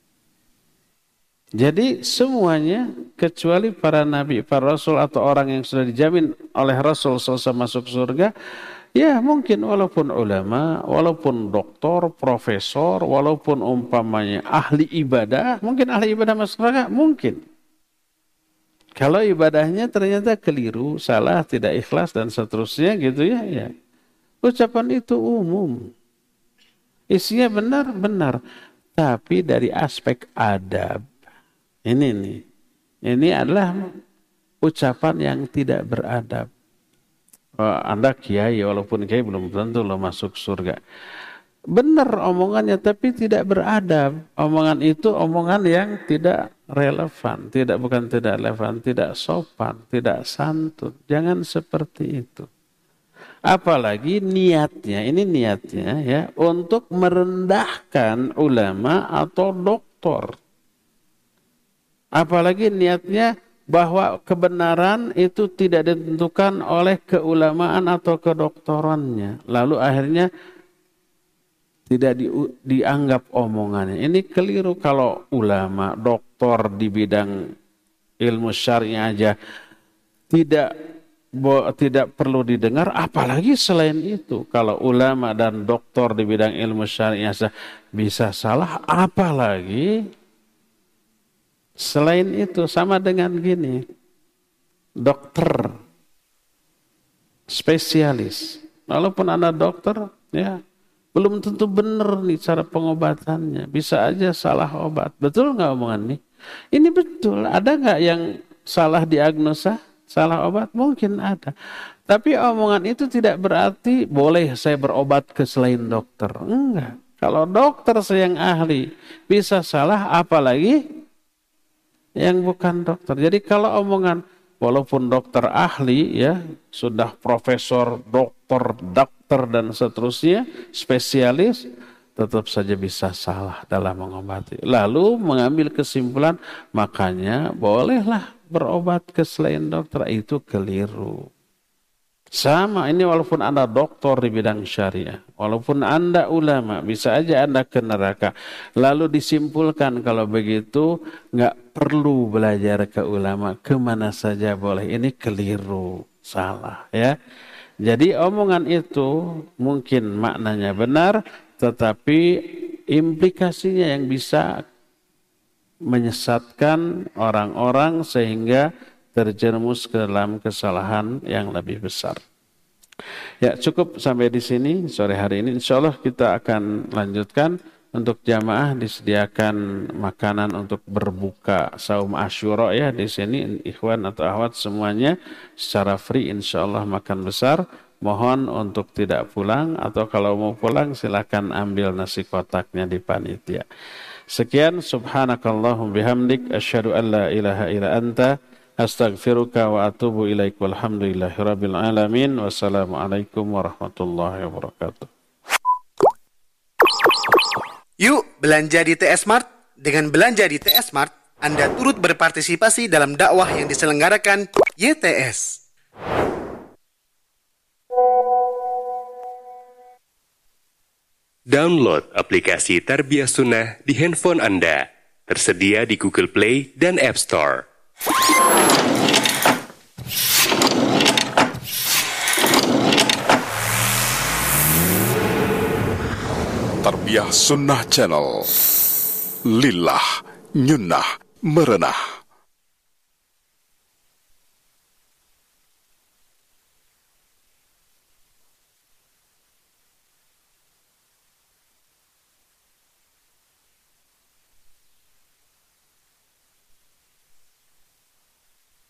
Jadi semuanya kecuali para nabi, para rasul atau orang yang sudah dijamin oleh Rasul selesai masuk surga, ya mungkin walaupun ulama, walaupun doktor, profesor, walaupun umpamanya ahli ibadah, mungkin ahli ibadah masuk neraka, mungkin. Kalau ibadahnya ternyata keliru, salah, tidak ikhlas dan seterusnya gitu ya, ya. Ucapan itu umum. Isinya benar, benar. Tapi dari aspek adab. Ini nih. Ini adalah ucapan yang tidak beradab. Oh, Anda kiai, walaupun kiai belum tentu lo masuk surga. Benar omongannya, tapi tidak beradab. Omongan itu omongan yang tidak relevan. Tidak, bukan tidak relevan, tidak sopan, tidak santun. Jangan seperti itu. Apalagi niatnya, ini niatnya ya, untuk merendahkan ulama atau doktor. Apalagi niatnya bahwa kebenaran itu tidak ditentukan oleh keulamaan atau kedoktorannya. Lalu akhirnya tidak di, dianggap omongannya. Ini keliru kalau ulama, doktor di bidang ilmu syar'i aja tidak bo, tidak perlu didengar, apalagi selain itu. Kalau ulama dan doktor di bidang ilmu syar'i aja bisa salah, apalagi selain itu. Sama dengan gini, dokter, spesialis, walaupun Anda dokter, ya belum tentu benar nih cara pengobatannya. Bisa aja salah obat. Betul nggak omongan nih? Ini betul. Ada nggak yang salah diagnosa, salah obat? Mungkin ada. Tapi omongan itu tidak berarti boleh saya berobat ke selain dokter. Enggak. Kalau dokter saya yang ahli bisa salah, apalagi yang bukan dokter. Jadi kalau omongan walaupun dokter ahli ya, sudah profesor, dokter, dokter dan seterusnya, spesialis, tetap saja bisa salah dalam mengobati. Lalu mengambil kesimpulan, makanya bolehlah berobat ke selain dokter, itu keliru. Sama ini walaupun Anda doktor di bidang syariah, walaupun Anda ulama, bisa aja Anda ke neraka. Lalu disimpulkan kalau begitu nggak perlu belajar ke ulama, kemana saja boleh. Ini keliru, salah ya. Jadi omongan itu mungkin maknanya benar, tetapi implikasinya yang bisa menyesatkan orang-orang sehingga terjerumus ke dalam kesalahan yang lebih besar. Ya, cukup sampai di sini sore hari ini. Insya Allah kita akan lanjutkan. Untuk jamaah disediakan makanan untuk berbuka saum Asyura ya di sini, ikhwan atau akhwat semuanya secara free insya Allah makan besar. Mohon untuk tidak pulang, atau kalau mau pulang silakan ambil nasi kotaknya di panitia. Sekian, subhanakallahum bihamdik asyhadu an la ilaha illa anta astaghfiruka wa atubu ilaik, walhamdulillahirabbil alamin. Wassalamualaikum warahmatullahi wabarakatuh. Yuk belanja di T S Mart. Dengan belanja di T S Mart, Anda turut berpartisipasi dalam dakwah yang diselenggarakan Y T S. Download aplikasi Tarbiyah Sunnah di handphone Anda. Tersedia di Google Play dan App Store. Tarbiyah Sunnah Channel. Lillah, nyunnah, merenah.